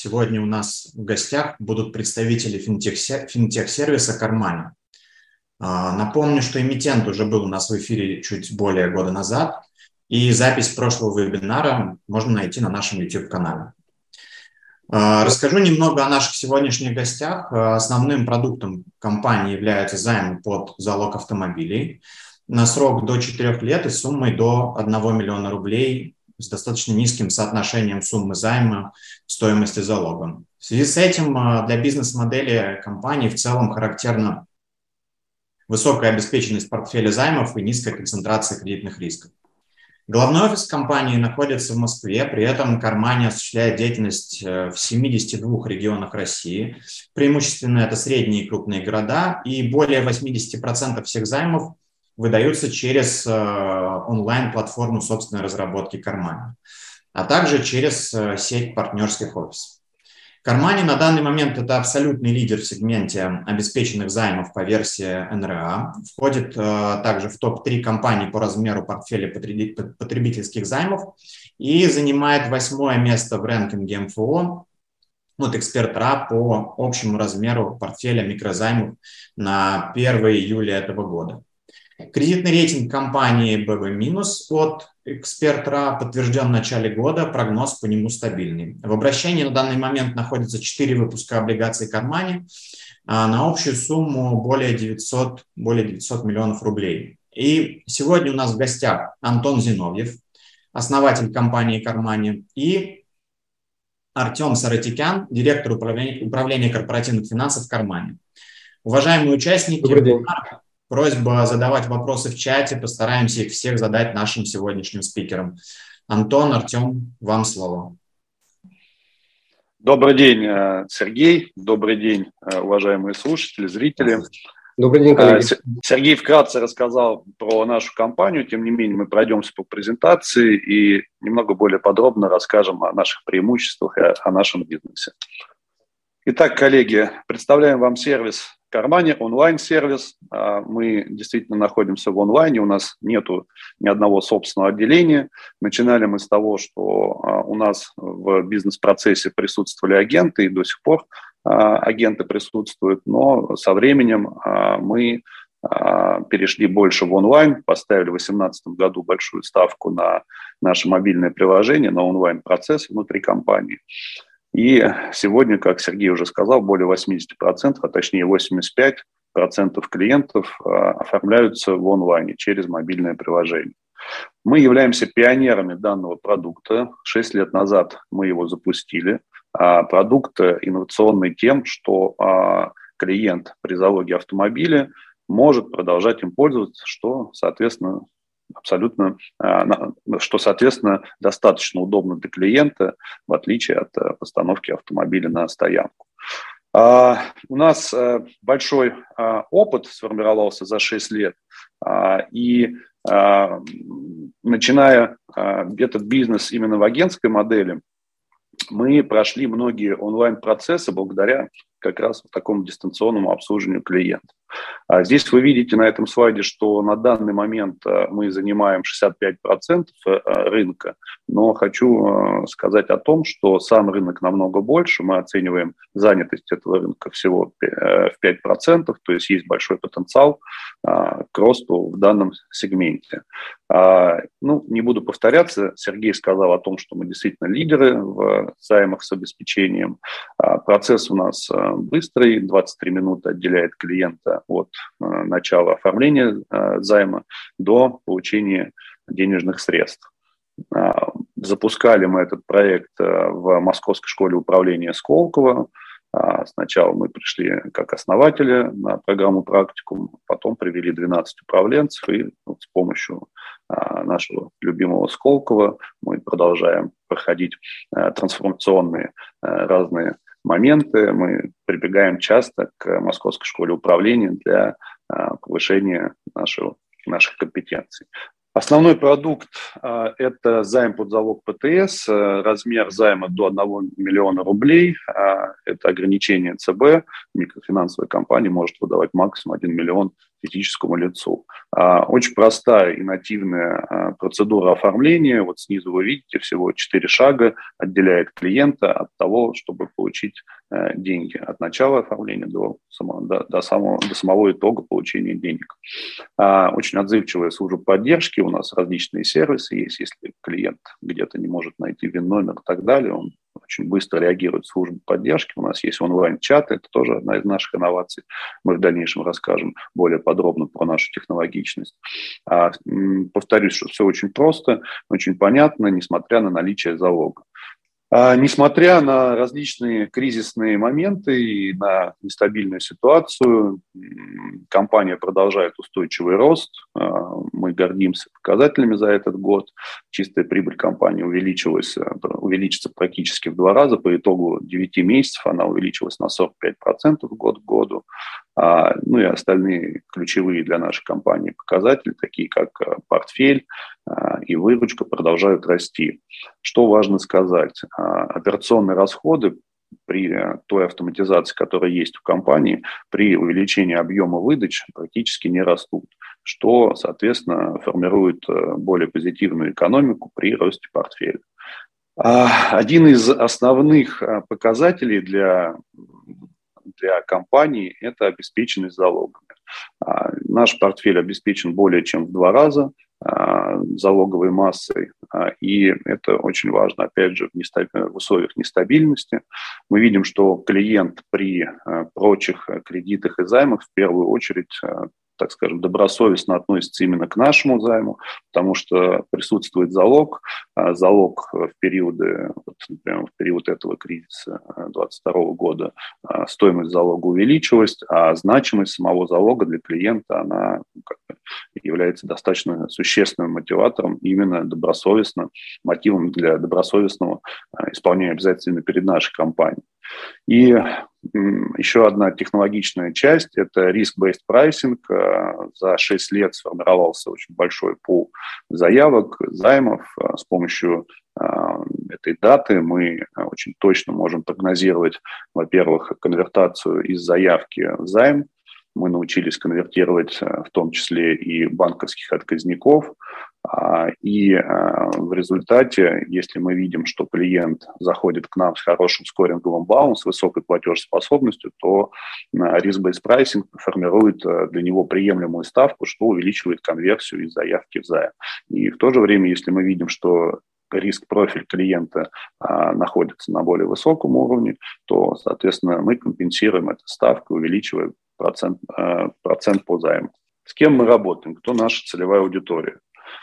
Сегодня у нас в гостях будут представители финтех-сервиса Кармани. Напомню, что эмитент уже был у нас в эфире чуть более года назад, и запись прошлого вебинара можно найти на нашем YouTube-канале. Расскажу немного о наших сегодняшних гостях. Основным продуктом компании являются займы под залог автомобилей на срок до 4 лет и суммой до 1 миллиона рублей с достаточно низким соотношением суммы займа к стоимости залога. В связи с этим для бизнес-модели компании в целом характерна высокая обеспеченность портфеля займов и низкая концентрация кредитных рисков. Головной офис компании находится в Москве, при этом Кармани осуществляет деятельность в 72 регионах России. Преимущественно это средние и крупные города, и более 80% всех займов выдаются через онлайн-платформу собственной разработки Кармани, а также через сеть партнерских офисов. Кармани на данный момент это абсолютный лидер в сегменте обеспеченных займов по версии НРА, входит также в топ-3 компаний по размеру портфеля потребительских займов и занимает 8 место в рэнкинге МФО от Эксперт.РА по общему размеру портфеля микрозаймов на 1 июля этого года. Кредитный рейтинг компании BB- от Эксперт.РА подтвержден в начале года, прогноз по нему стабильный. В обращении на данный момент находится 4 выпуска облигаций Кармани на общую сумму более 900 миллионов рублей. И сегодня у нас в гостях Антон Зиновьев, основатель компании Кармани, и Артем Саратикян, директор управления корпоративных финансов Кармани. Уважаемые участники, просьба задавать вопросы в чате, постараемся их всех задать нашим сегодняшним спикерам. Антон, Артем, вам слово. Добрый день, Сергей. Добрый день, уважаемые слушатели, зрители. Добрый день, коллеги. Сергей вкратце рассказал про нашу компанию, тем не менее мы пройдемся по презентации и немного более подробно расскажем о наших преимуществах и о нашем бизнесе. Итак, коллеги, представляем вам сервис Кармани, онлайн-сервис. Мы действительно находимся в онлайне, у нас нету ни одного собственного отделения. Начинали мы с того, что у нас в бизнес-процессе присутствовали агенты, и до сих пор агенты присутствуют, но со временем мы перешли больше в онлайн, поставили в 2018 году большую ставку на наше мобильное приложение, на онлайн-процесс внутри компании. И сегодня, как Сергей уже сказал, более 80%, а точнее 85% клиентов оформляются в онлайне через мобильное приложение. Мы являемся пионерами данного продукта. 6 лет назад мы его запустили. Продукт инновационный тем, что клиент при залоге автомобиля может продолжать им пользоваться, что, соответственно, достаточно удобно для клиента, в отличие от постановки автомобиля на стоянку. У нас большой опыт сформировался за 6 лет, и начиная этот бизнес именно в агентской модели, мы прошли многие онлайн-процессы благодаря как раз такому дистанционному обслуживанию клиентов. Здесь вы видите на этом слайде, что на данный момент мы занимаем 65% рынка, но хочу сказать о том, что сам рынок намного больше. Мы оцениваем занятость этого рынка всего в 5%, то есть есть большой потенциал к росту в данном сегменте. Не буду повторяться, Сергей сказал о том, что мы действительно лидеры в займах с обеспечением. Процесс у нас быстрый, 23 минуты отделяет клиента от начала оформления займа до получения денежных средств. Запускали мы этот проект в Московской школе управления Сколково. Сначала мы пришли как основатели на программу «Практикум», потом привели 12 управленцев, и с помощью нашего любимого Сколково мы продолжаем проходить трансформационные разные моменты. Мы прибегаем часто к Московской школе управления для повышения наших компетенций. Основной продукт – это займ под залог ПТС, размер займа до 1 миллиона рублей. Это ограничение ЦБ. Микрофинансовая компания может выдавать максимум 1 миллион физическому лицу. Очень простая и нативная процедура оформления. Вот снизу вы видите, всего 4 шага отделяет клиента от того, чтобы получить деньги. От начала оформления до самого итога получения денег. Очень отзывчивая служба поддержки. У нас различные сервисы есть. Если клиент где-то не может найти ВИН-номер и так далее, он очень быстро реагирует в службу поддержки. У нас есть онлайн-чаты, это тоже одна из наших инноваций. Мы в дальнейшем расскажем более подробно про нашу технологичность. Повторюсь, что все очень просто, очень понятно, несмотря на наличие залога. Несмотря на различные кризисные моменты и на нестабильную ситуацию, компания продолжает устойчивый рост. Мы гордимся показателями за этот год. Чистая прибыль компании увеличится практически в 2 раза. По итогу 9 месяцев она увеличилась на 45% год к году. Ну и остальные ключевые для нашей компании показатели, такие как портфель и выручка, продолжают расти. Что важно сказать? Операционные расходы при той автоматизации, которая есть в компании, при увеличении объема выдач практически не растут, что, соответственно, формирует более позитивную экономику при росте портфеля. Один из основных показателей для компании – это обеспеченность залогами. Наш портфель обеспечен более чем в 2 раза залоговой массой, и это очень важно, опять же, в условиях нестабильности. Мы видим, что клиент при прочих кредитах и займах в первую очередь, так скажем, добросовестно относится именно к нашему займу, потому что присутствует залог. Залог в периоды, например, в период этого кризиса 2022 года стоимость залога увеличилась, а значимость самого залога для клиента, она является достаточно существенным мотиватором, именно мотивом для добросовестного исполнения обязательств перед нашей компанией. И еще одна технологичная часть – это risk-based pricing. За 6 лет сформировался очень большой пул заявок, займов. С помощью этой даты мы очень точно можем прогнозировать, во-первых, конвертацию из заявки в займ. Мы научились конвертировать в том числе и банковских отказников. И в результате, если мы видим, что клиент заходит к нам с хорошим скоринговым баллом, с высокой платежеспособностью, то risk-based pricing формирует для него приемлемую ставку, что увеличивает конверсию из заявки в займ. И в то же время, если мы видим, что риск-профиль клиента находится на более высоком уровне, то, соответственно, мы компенсируем эту ставку, увеличивая процент по займу. С кем мы работаем? Кто наша целевая аудитория?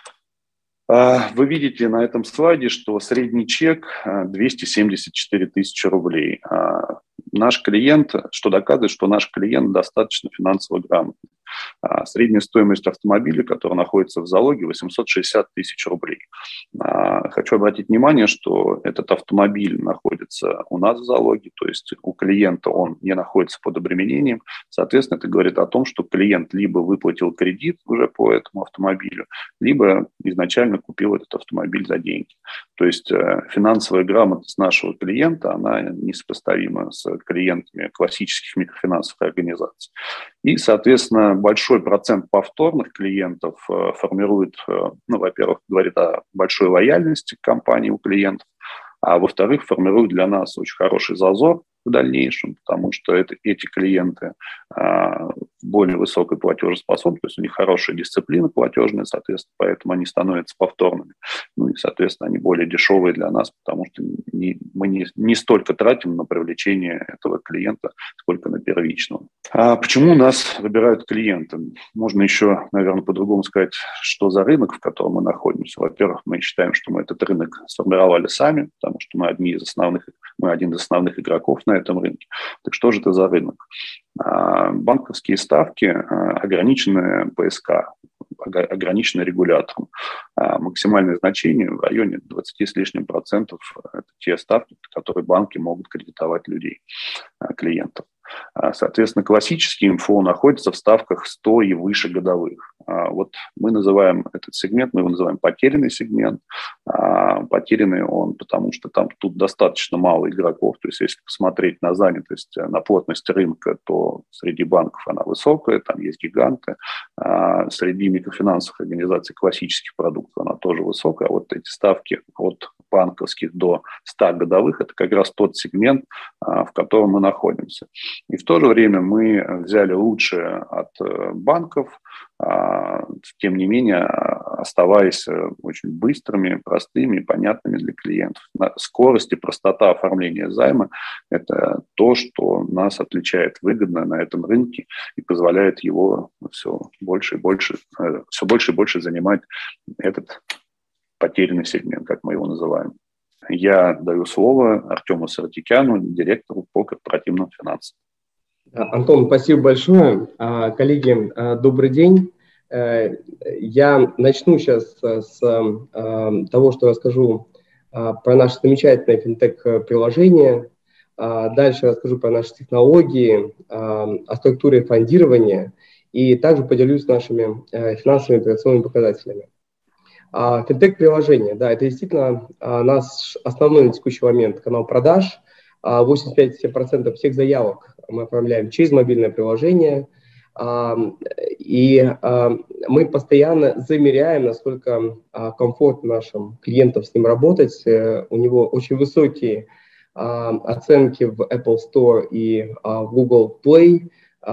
Вы видите на этом слайде, что средний чек 274 тысячи рублей. Наш клиент, что доказывает, что наш клиент достаточно финансово грамотный. Средняя стоимость автомобиля, который находится в залоге, 860 тысяч рублей. Хочу обратить внимание, что этот автомобиль находится у нас в залоге, то есть у клиента он не находится под обременением. Соответственно, это говорит о том, что клиент либо выплатил кредит уже по этому автомобилю, либо изначально купил этот автомобиль за деньги. То есть финансовая грамотность нашего клиента, она несопоставима с клиентами классических микрофинансовых организаций. И, соответственно, большой процент повторных клиентов формирует, во-первых, говорит о большой лояльности компании у клиентов, а во-вторых, формирует для нас очень хороший зазор в дальнейшем, потому что эти клиенты более высокой платежеспособности, то есть у них хорошая дисциплина платежная, соответственно, поэтому они становятся повторными. Ну и, соответственно, они более дешевые для нас, потому что мы не столько тратим на привлечение этого клиента, сколько на первичного. Почему нас выбирают клиенты? Можно еще, наверное, по-другому сказать, что за рынок, в котором мы находимся. Во-первых, мы считаем, что мы этот рынок сформировали сами, потому что мы один из основных игроков на этом рынке. Так что же это за рынок? Банковские ставки ограничены ПСК, ограничены регулятором. Максимальное значение в районе 20 с лишним процентов – это те ставки, которые банки могут кредитовать людей, клиентов. Соответственно, классический МФО находится в ставках 100 и выше годовых. Вот мы называем этот сегмент, мы его называем потерянный сегмент. Потерянный он, потому что тут достаточно мало игроков. То есть если посмотреть на занятость, на плотность рынка, то среди банков она высокая, там есть гиганты. Среди микрофинансовых организаций классических продуктов она тоже высокая. А вот эти ставки от банковских до 100 годовых – это как раз тот сегмент, в котором мы находимся. И в то же время мы взяли лучшее от банков, тем не менее оставаясь очень быстрыми, простыми, понятными для клиентов. Скорость и простота оформления займа – это то, что нас отличает выгодно на этом рынке и позволяет его все больше и больше занимать этот потерянный сегмент, как мы его называем. Я даю слово Артему Саратикяну, директору по корпоративным финансам. Антон, спасибо большое. Коллеги, добрый день. Я начну сейчас с того, что расскажу про наше замечательное финтех-приложение. Дальше расскажу про наши технологии, о структуре фондирования и также поделюсь нашими финансовыми операционными показателями. Финтех-приложение, да, это действительно наш основной на текущий момент канал продаж. 85% всех заявок мы оформляем через мобильное приложение. И мы постоянно замеряем, насколько комфортно нашим клиентам с ним работать. У него очень высокие оценки в Apple Store и в Google Play,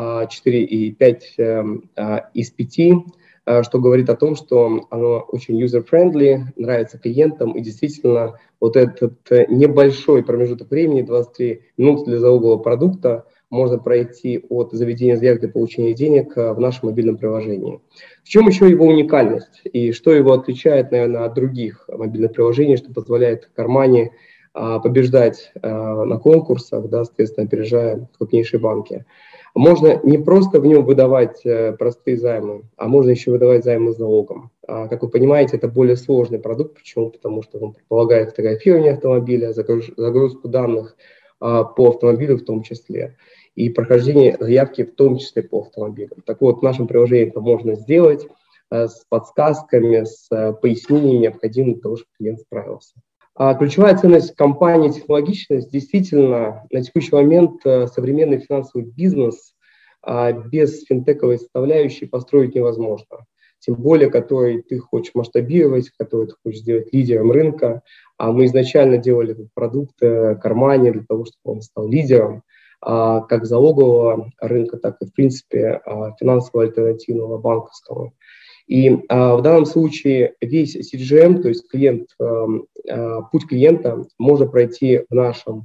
4,5 из 5. Что говорит о том, что оно очень user-friendly, нравится клиентам, и действительно вот этот небольшой промежуток времени, 23 минуты для залогового продукта, можно пройти от заведения заявки до получения денег в нашем мобильном приложении. В чем еще его уникальность и что его отличает, наверное, от других мобильных приложений, что позволяет в кармане побеждать на конкурсах, да, соответственно, опережая крупнейшие банки. Можно не просто в нем выдавать простые займы, а можно еще выдавать займы с залогом. Как вы понимаете, это более сложный продукт. Почему? Потому что он предполагает фотографирование автомобиля, загрузку данных по автомобилю в том числе, и прохождение заявки в том числе по автомобилю. Так вот, в нашем приложении это можно сделать с подсказками, с пояснениями, необходимыми для того, чтобы клиент справился. Ключевая ценность компании – технологичность. Действительно, на текущий момент современный финансовый бизнес без финтековой составляющей построить невозможно. Тем более, который ты хочешь масштабировать, который ты хочешь сделать лидером рынка. А мы изначально делали этот продукт Кармани для того, чтобы он стал лидером как залогового рынка, так и, в принципе, финансового альтернативного банковского. И в данном случае весь CGM, то есть путь клиента, можно пройти в наших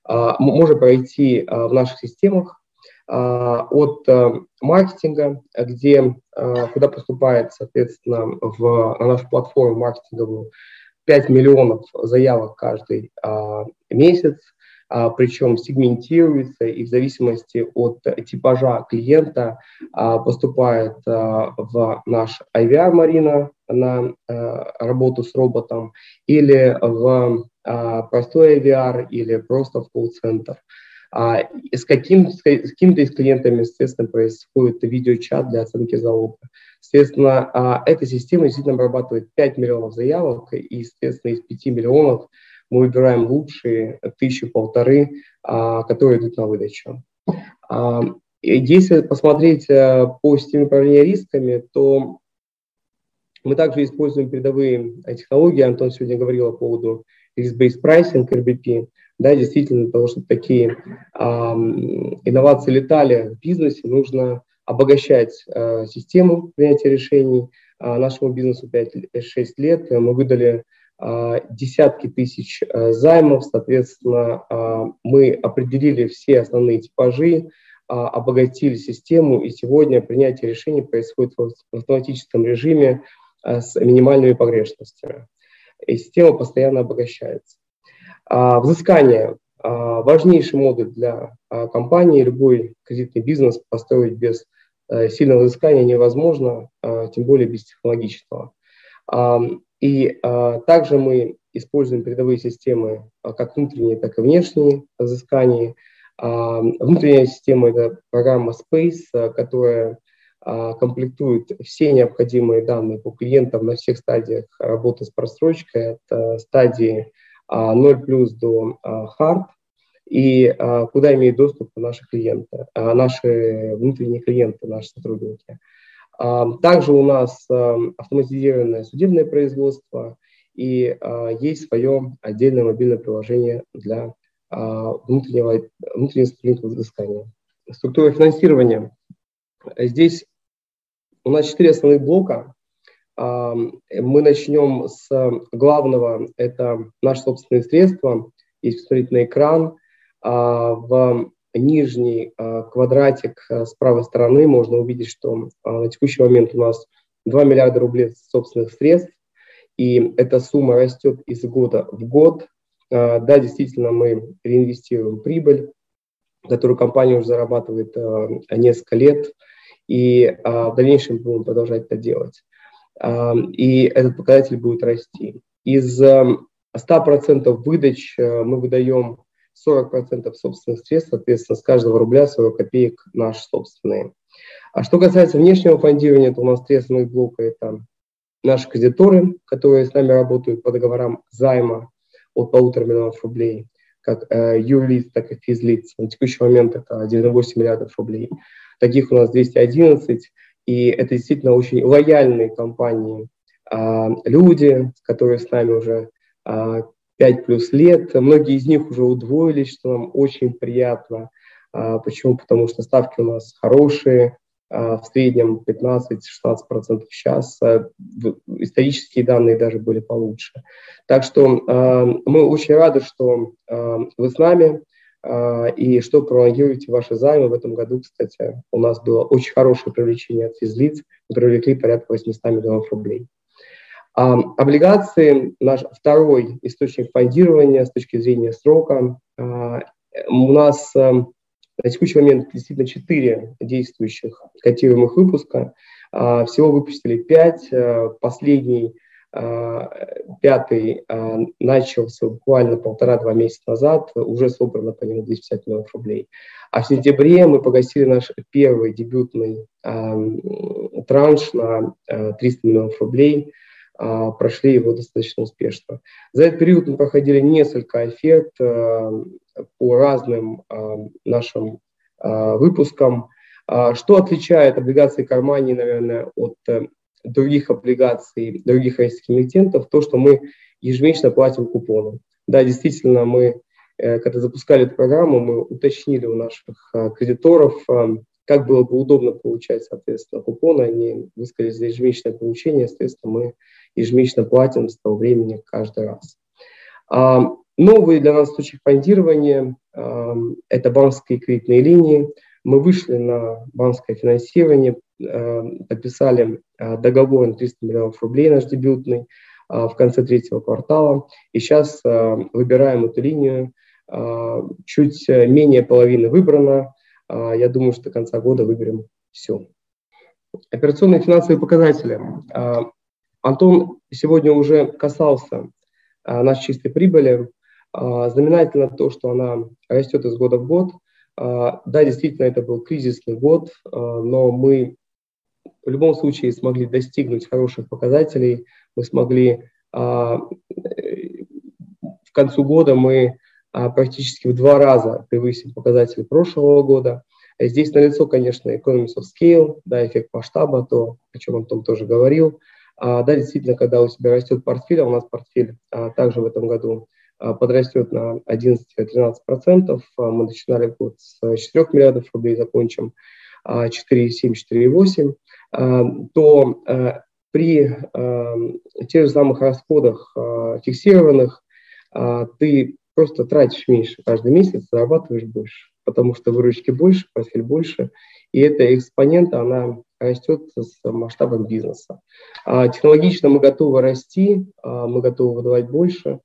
системах от маркетинга, куда поступает, соответственно, на нашу платформу маркетинговую 5 миллионов заявок каждый месяц, причем сегментируется и в зависимости от типажа клиента поступает в наш IVR Marina на работу с роботом или в простой IVR или просто в колл-центр. С какими-то из клиентами, естественно, происходит видеочат для оценки залога. Соответственно, эта система действительно обрабатывает 5 миллионов заявок, и, естественно, из 5 миллионов мы выбираем лучшие 1000-1500, которые идут на выдачу. Если посмотреть по системе управления рисками, то мы также используем передовые технологии. Антон сегодня говорил по поводу risk-based pricing, RBP. Да, действительно, для того, чтобы такие инновации летали в бизнесе, нужно обогащать систему принятия решений. Нашему бизнесу 5-6 лет. Мы выдали десятки тысяч займов, соответственно, мы определили все основные типажи, обогатили систему, и сегодня принятие решений происходит в автоматическом режиме с минимальными погрешностями. И система постоянно обогащается. Взыскание. Важнейший модуль для компании. Любой кредитный бизнес построить без сильного взыскания невозможно, тем более без технологичного. И также мы используем передовые системы как внутренние, так и внешние взыскания. Внутренняя система – это программа Space, которая комплектует все необходимые данные по клиентам на всех стадиях работы с просрочкой, от стадии 0+ до Hard, и куда имеют доступ наши клиенты, наши внутренние клиенты, наши сотрудники. Также у нас автоматизированное судебное производство и есть свое отдельное мобильное приложение для внутреннего сотрудника взыскания. Структура финансирования. Здесь у нас 4 основных блока. Мы начнем с главного, это наши собственные средства. Если посмотреть на экран, в нижний квадратик с правой стороны можно увидеть, что на текущий момент у нас 2 миллиарда рублей собственных средств, и эта сумма растет из года в год. Да, действительно, мы реинвестируем прибыль, которую компания уже зарабатывает несколько лет, и в дальнейшем будем продолжать это делать. И этот показатель будет расти. Из 100% выдач мы выдаем 40% собственных средств, соответственно, с каждого рубля 40 копеек наши собственные. А что касается внешнего фондирования, то у нас 3 основных блока – это наши кредиторы, которые с нами работают по договорам займа от 1,5 миллионов рублей, как юрлиц, так и физлиц. На текущий момент это 98 миллиардов рублей. Таких у нас 211, и это действительно очень лояльные компании, люди, которые с нами уже 5+ лет. Многие из них уже удвоились, что нам очень приятно. Почему? Потому что ставки у нас хорошие, в среднем 15-16% сейчас. Исторические данные даже были получше. Так что мы очень рады, что вы с нами и что пролонгируете ваши займы. В этом году, кстати, у нас было очень хорошее привлечение от физлиц. Мы привлекли порядка 800 миллионов рублей. Облигации – наш второй источник фондирования с точки зрения срока. У нас на текущий момент действительно 4 действующих котируемых выпуска. Всего выпустили 5. Последний, 5-й, начался буквально 1,5-2 месяца назад. Уже собрано по нему 250 миллионов рублей. А в сентябре мы погасили наш первый дебютный транш на 300 миллионов рублей. Прошли его достаточно успешно. За этот период мы проходили несколько оферт по разным нашим выпускам. Что отличает облигации Кармани, наверное, от других облигаций, других российских эмитентов, то, что мы ежемесячно платим купоны. Да, действительно, мы, когда запускали эту программу, мы уточнили у наших кредиторов, как было бы удобно получать, соответственно, купоны. Они высказали за ежемесячное получение, соответственно, мы ежемесячно платим с того времени каждый раз. Новые для нас случаи фондирования – это банковские кредитные линии. Мы вышли на банковское финансирование, подписали договор на 300 миллионов рублей, наш дебютный, в конце 3-го квартала. И сейчас выбираем эту линию. Чуть менее половины выбрано. Я думаю, что до конца года выберем все. Операционные финансовые показатели. Антон сегодня уже касался нашей чистой прибыли. Знаменательно то, что она растет из года в год. Да, действительно, это был кризисный год, но мы в любом случае смогли достигнуть хороших показателей. Мы смогли к концу года мы практически в 2 раза превысили показатели прошлого года. Здесь налицо, конечно, economies of scale, да, эффект масштаба, то, о чем Антон тоже говорил. Да, действительно, когда у тебя растет портфель, а у нас портфель также в этом году подрастет на 11-13%. Мы начинали год с 4 миллиардов рублей, закончим 4,7-4,8, то при тех же самых расходах фиксированных ты просто тратишь меньше каждый месяц, зарабатываешь больше, потому что выручки больше, портфель больше, и эта экспонента, она растет с масштабом бизнеса. Технологично мы готовы расти, мы готовы выдавать больше,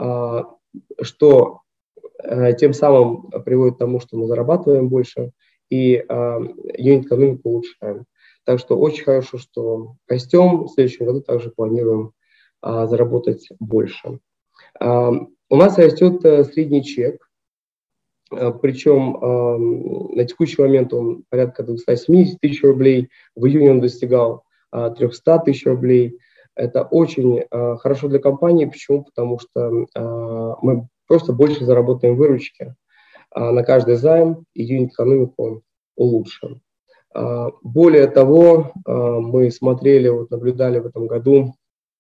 что тем самым приводит к тому, что мы зарабатываем больше и юнит-экономику улучшаем. Так что очень хорошо, что растем. В следующем году также планируем заработать больше. У нас растет средний чек. Причем на текущий момент он порядка 270 тысяч рублей, в июне он достигал 300 тысяч рублей. Это очень хорошо для компании. Почему? Потому что мы просто больше заработаем выручки на каждый займ, и юнит-экономику улучшим. Более того, мы смотрели, наблюдали в этом году,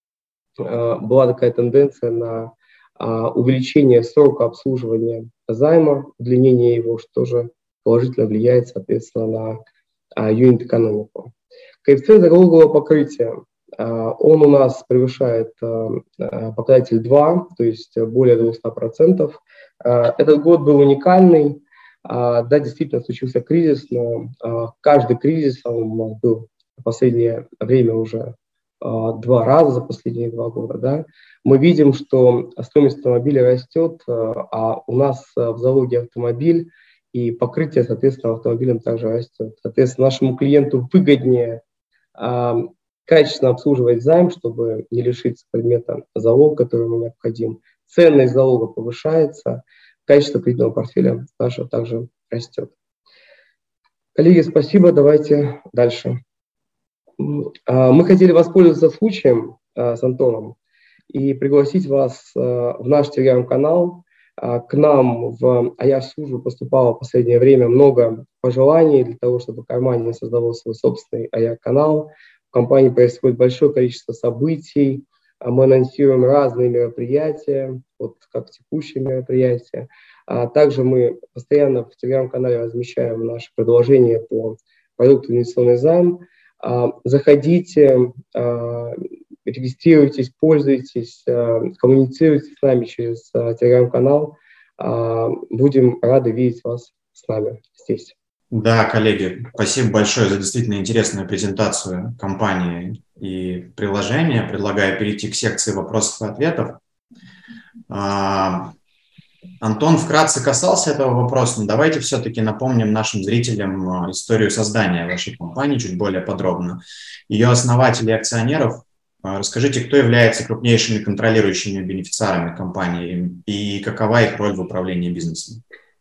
была такая тенденция на увеличение срока обслуживания займа, удлинение его, что тоже положительно влияет, соответственно, на юнит-экономику. Коэффициент залогового покрытия, он у нас превышает показатель 2, то есть более 200%. Этот год был уникальный. Да, действительно случился кризис, но каждый кризис, он был в последнее время уже 2 раза за последние 2 года, да, мы видим, что стоимость автомобиля растет, а у нас в залоге автомобиль, и покрытие, соответственно, автомобилем также растет. Соответственно, нашему клиенту выгоднее качественно обслуживать займ, чтобы не лишиться предмета залога, который ему необходим. Ценность залога повышается, качество кредитного портфеля нашего также растет. Коллеги, спасибо. Давайте дальше. Мы хотели воспользоваться случаем с Антоном и пригласить вас в наш телеграм-канал. К нам в АЯ-службу поступало в последнее время много пожеланий для того, чтобы Кармания создавал свой собственный АЯ-канал. В компании происходит большое количество событий. Мы анонсируем разные мероприятия, как текущие мероприятия. Также мы постоянно в телеграм-канале размещаем наши предложения по продукту инвестиционный займ. Заходите, регистрируйтесь, пользуйтесь, коммуницируйте с нами через телеграм-канал. Будем рады видеть вас с нами здесь. Да, коллеги, спасибо большое за действительно интересную презентацию компании и приложения. Предлагаю перейти к секции вопросов и ответов. Антон вкратце касался этого вопроса, но давайте все-таки напомним нашим зрителям историю создания вашей компании чуть более подробно. Ее основателей и акционеров. Расскажите, кто является крупнейшими контролирующими бенефициарами компании и какова их роль в управлении бизнесом?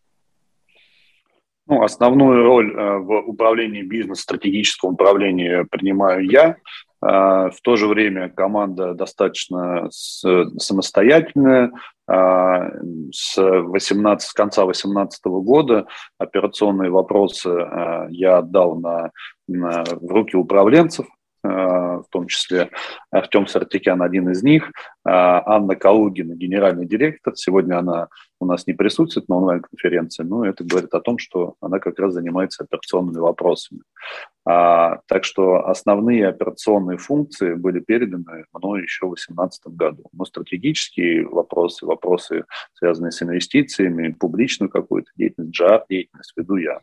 Основную роль в управлении бизнесом, стратегическом управлении принимаю я. В то же время команда достаточно самостоятельная. С конца 2018 года операционные вопросы я отдал в руки управленцев, в том числе Артем Сартикян, один из них, Анна Калугина, генеральный директор. Сегодня она у нас не присутствует на онлайн-конференции, но это говорит о том, что она как раз занимается операционными вопросами. Так что основные операционные функции были переданы мной еще в 2018 году. Но стратегические вопросы, связанные с инвестициями, публичную какую-то деятельность, GR-деятельность веду я.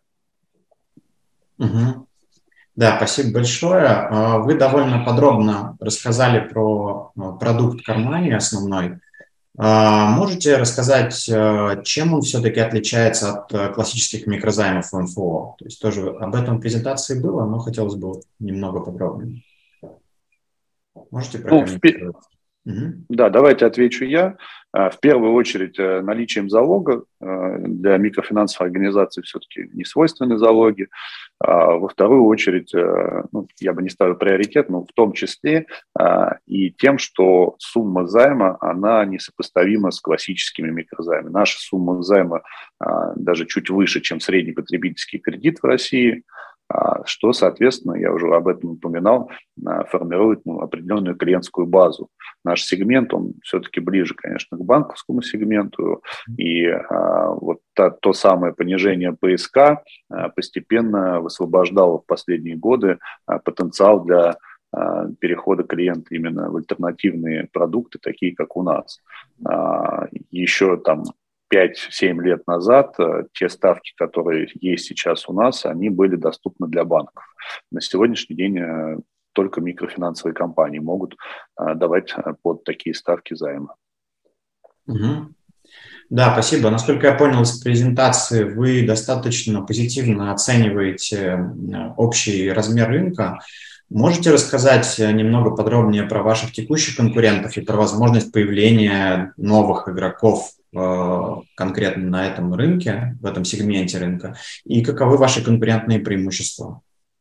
Угу. Да, спасибо большое. Вы довольно подробно рассказали про продукт Кармания основной. Можете рассказать, чем он все-таки отличается от классических микрозаймов в МФО? То есть тоже об этом в презентации было, но хотелось бы немного подробнее. Можете прокомментировать? Да, давайте отвечу я. В первую очередь, наличием залога. Для микрофинансовой организации все-таки не свойственны залоги. Во вторую очередь, я бы не ставил приоритет, но в том числе и тем, что сумма займа, она несопоставима с классическими микрозаймами. Наша сумма займа даже чуть выше, чем средний потребительский кредит в России, что, соответственно, я уже об этом упоминал, формирует определенную клиентскую базу. Наш сегмент, он все-таки ближе, конечно, к банковскому сегменту, и то самое понижение ПСК постепенно высвобождало в последние годы потенциал для перехода клиента именно в альтернативные продукты, такие как у нас. Еще 5-7 лет назад те ставки, которые есть сейчас у нас, они были доступны для банков. На сегодняшний день только микрофинансовые компании могут давать под такие ставки займа. Угу. Да, спасибо. Насколько я понял из презентации, вы достаточно позитивно оцениваете общий размер рынка. Можете рассказать немного подробнее про ваших текущих конкурентов и про возможность появления новых игроков конкретно на этом рынке, в этом сегменте рынка, и каковы ваши конкурентные преимущества?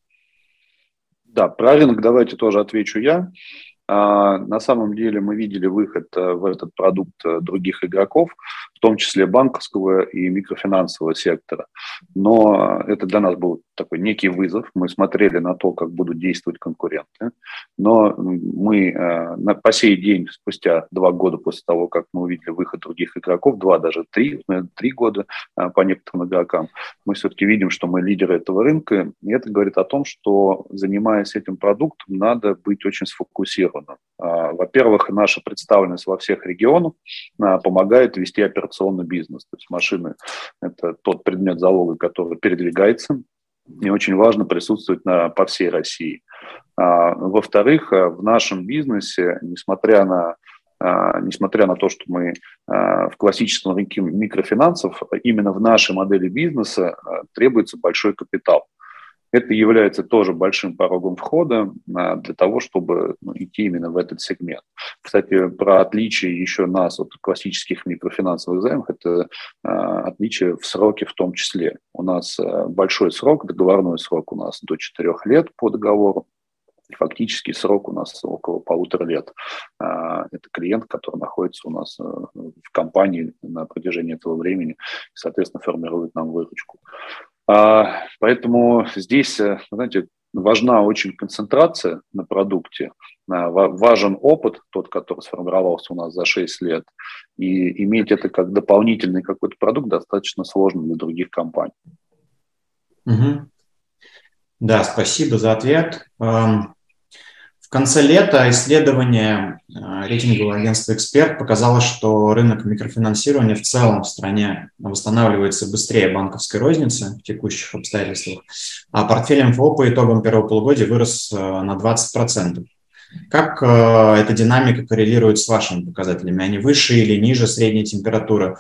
Да, про рынок давайте тоже отвечу я. На самом деле мы видели выход в этот продукт других игроков, в том числе банковского и микрофинансового сектора. Но это для нас был такой некий вызов. Мы смотрели на то, как будут действовать конкуренты. Но мы по сей день, спустя 2 года после того, как мы увидели выход других игроков, 2, даже 3 года по некоторым игрокам, мы все-таки видим, что мы лидеры этого рынка. И это говорит о том, что, занимаясь этим продуктом, надо быть очень сфокусированным. Во-первых, наша представленность во всех регионах помогает вести операционный бизнес. То есть машины – это тот предмет залога, который передвигается, и очень важно присутствовать по всей России. Во-вторых, в нашем бизнесе, несмотря на то, что мы в классическом рынке микрофинансов, именно в нашей модели бизнеса требуется большой капитал. Это является тоже большим порогом входа для того, чтобы идти именно в этот сегмент. Кстати, про отличие еще нас от классических микрофинансовых займов, это отличие в сроке в том числе. У нас большой срок, договорной срок у нас до 4 лет по договору. Фактически срок у нас около 1,5 лет. Это клиент, который находится у нас в компании на протяжении этого времени и, соответственно, формирует нам выручку. Поэтому здесь, знаете, важна очень концентрация на продукте, важен опыт, тот, который сформировался у нас за 6 лет, и иметь это как дополнительный какой-то продукт достаточно сложно для других компаний. Угу. Да, спасибо за ответ. В конце лета исследование рейтингового агентства «Эксперт» показало, что рынок микрофинансирования в целом в стране восстанавливается быстрее банковской розницы в текущих обстоятельствах, а портфель МФО по итогам первого полугодия вырос на 20%. Как эта динамика коррелирует с вашими показателями? Они выше или ниже средней температуры?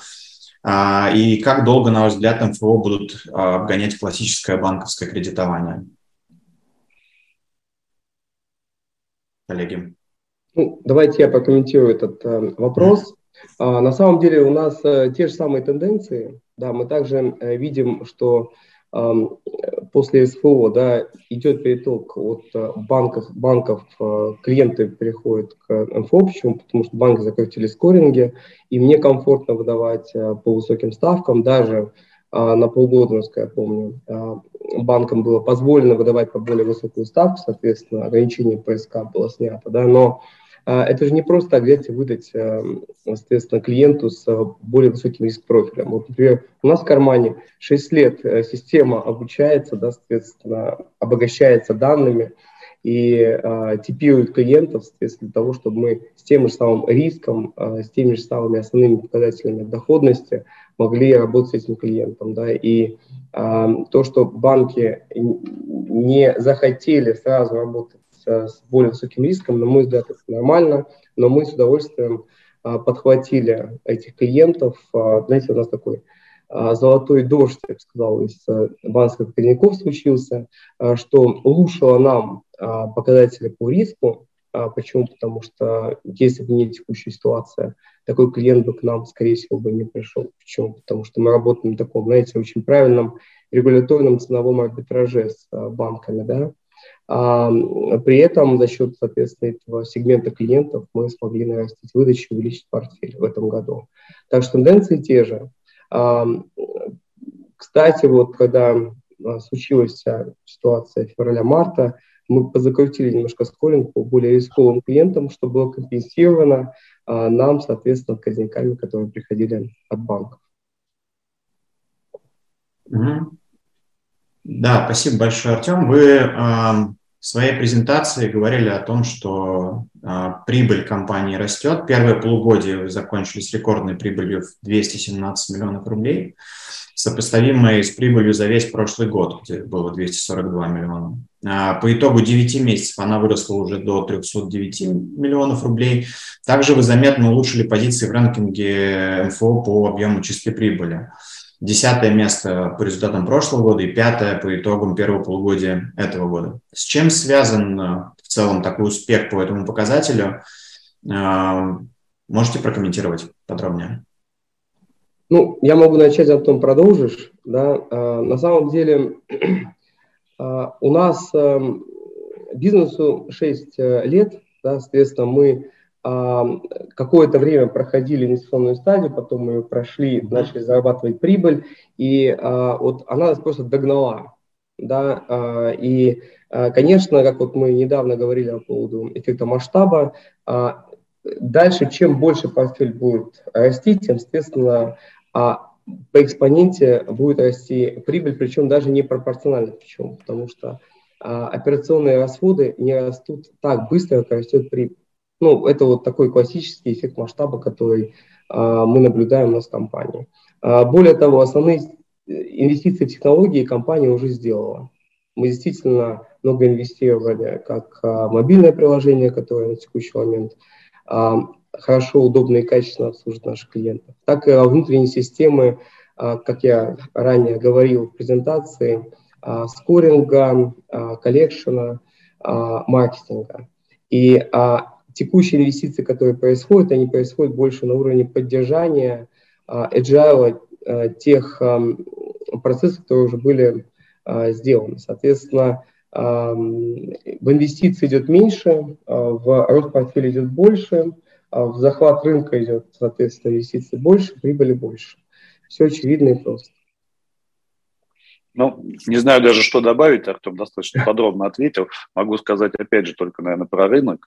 И как долго, на ваш взгляд, МФО будут обгонять классическое банковское кредитование? Коллеги. Давайте я прокомментирую этот вопрос. На самом деле у нас те же самые тенденции. Да, мы также видим, что после СФО, да, идет переток от банков, клиенты переходят к МФО. Почему? Потому что банки закрутили скоринги, и мне комфортно выдавать по высоким ставкам. Даже на полгода, насколько я помню, банкам было позволено выдавать по более высокую ставку, соответственно, ограничение ПСК было снято. Да, но это же не просто так взять и выдать, соответственно, клиенту с более высоким риск-профилем. Вот, например, у нас в кармане 6 лет система обучается, да, соответственно, обогащается данными и типирует клиентов, соответственно, для того, чтобы мы с тем же самым риском, с теми же самыми основными показателями доходности могли работать с этим клиентом. Да, и то, что банки не захотели сразу работать с более высоким риском, на мой взгляд, это нормально, но мы с удовольствием подхватили этих клиентов. Знаете, у нас такой золотой дождь, я бы сказал, из банковских кредитов случился, что улучшило нам показатели по риску. Почему? Потому что если бы не текущая ситуация, такой клиент бы к нам, скорее всего, бы не пришел. Почему? Потому что мы работаем в таком, знаете, очень правильном регуляторном ценовом арбитраже с банками, да. При этом за счет, соответственно, этого сегмента клиентов мы смогли нарастить выдачу и увеличить портфель в этом году. Так что тенденции те же. Кстати, вот когда случилась вся ситуация февраля-марта, мы позакрутили немножко скоринг по более рисковым клиентам, что было компенсировано нам, соответственно, отказниками, которые приходили от банков. Да, спасибо большое, Артем. Вы в своей презентации говорили о том, что прибыль компании растет. Первое полугодие вы закончили с рекордной прибылью в 217 миллионов рублей, сопоставимой с прибылью за весь прошлый год, где было 242 миллиона. По итогу 9 месяцев она выросла уже до 309 миллионов рублей. Также вы заметно улучшили позиции в ранкинге МФО по объему чистой прибыли. 10-е место по результатам прошлого года и 5-е по итогам первого полугодия этого года. С чем связан в целом такой успех по этому показателю? Можете прокомментировать подробнее? Ну, я могу начать, а потом продолжишь. Да? На самом деле у нас бизнесу 6 лет, да, соответственно, мы какое-то время проходили инвестиционную стадию, потом мы ее прошли, начали зарабатывать прибыль, и вот она нас просто догнала. Да? Конечно, как вот мы недавно говорили по поводу эффекта масштаба, дальше, чем больше портфель будет расти, тем, соответственно, по экспоненте будет расти прибыль, причем даже не пропорционально. Почему? Потому что операционные расходы не растут так быстро, как растет прибыль. Ну, это вот такой классический эффект масштаба, который мы наблюдаем у нас в компании. Более того, основные инвестиции в технологии компания уже сделала. Мы действительно много инвестировали как мобильное приложение, которое на текущий момент хорошо, удобно и качественно обслуживает наших клиентов, так и внутренние системы, как я ранее говорил в презентации, скоринга, коллекшена, маркетинга. И текущие инвестиции, которые происходят, они происходят больше на уровне поддержания agile тех процессов, которые уже были сделаны. Соответственно, в инвестиции идет меньше, в рост портфеля идет больше, в захват рынка идет, соответственно, инвестиций больше, прибыли больше. Все очевидно и просто. Ну, не знаю даже, что добавить, Артем достаточно подробно ответил. Могу сказать, опять же, только, наверное, про рынок.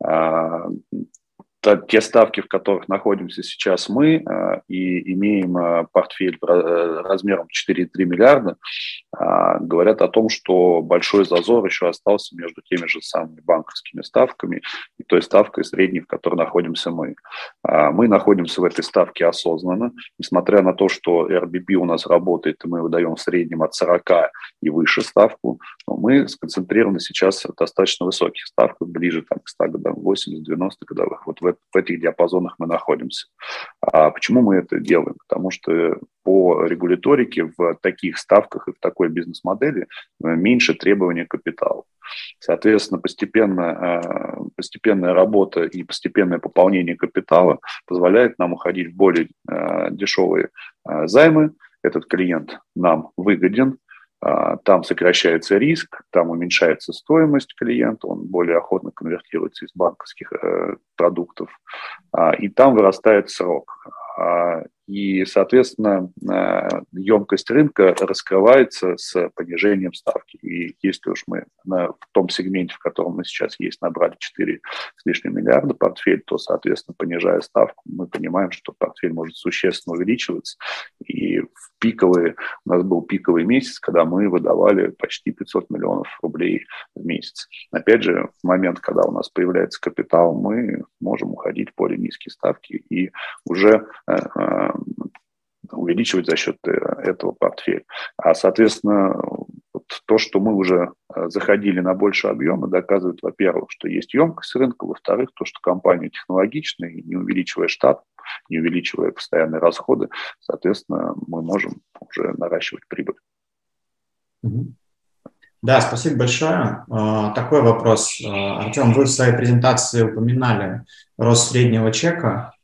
Те ставки, в которых находимся сейчас мы, и имеем портфель размером 4,3 миллиарда, говорят о том, что большой зазор еще остался между теми же самыми банковскими ставками и той ставкой средней, в которой находимся мы. Мы находимся в этой ставке осознанно, несмотря на то, что RBB у нас работает, и мы выдаем в среднем от 40 и выше ставку, но мы сконцентрированы сейчас в достаточно высоких ставках, ближе там, к 100 годам, 80-90 годовых. Вот в этих диапазонах мы находимся. Почему мы это делаем? Потому что по регуляторике в таких ставках и в такой бизнес-модели меньше требований к капиталу. Соответственно, постепенная работа и постепенное пополнение капитала позволяет нам уходить в более дешевые займы. Этот клиент нам выгоден, там сокращается риск, там уменьшается стоимость клиента, он более охотно конвертируется из банковских продуктов, и там вырастает срок. И, соответственно, емкость рынка раскрывается с понижением ставки. И если уж мы в том сегменте, в котором мы сейчас есть, набрали 4 с лишним миллиарда портфель, то, соответственно, понижая ставку, мы понимаем, что портфель может существенно увеличиваться. И у нас был пиковый месяц, когда мы выдавали почти 500 миллионов рублей в месяц. Опять же, в момент, когда у нас появляется капитал, мы можем уходить в более низкие ставки и уже увеличивать за счет этого портфель. Соответственно, вот то, что мы уже заходили на большие объемы, доказывает, во-первых, что есть емкость рынка, во-вторых, то, что компания технологичная, и не увеличивая штат, не увеличивая постоянные расходы, соответственно, мы можем уже наращивать прибыль. Да, спасибо большое. Такой вопрос. Артем, вы в своей презентации упоминали рост среднего чека.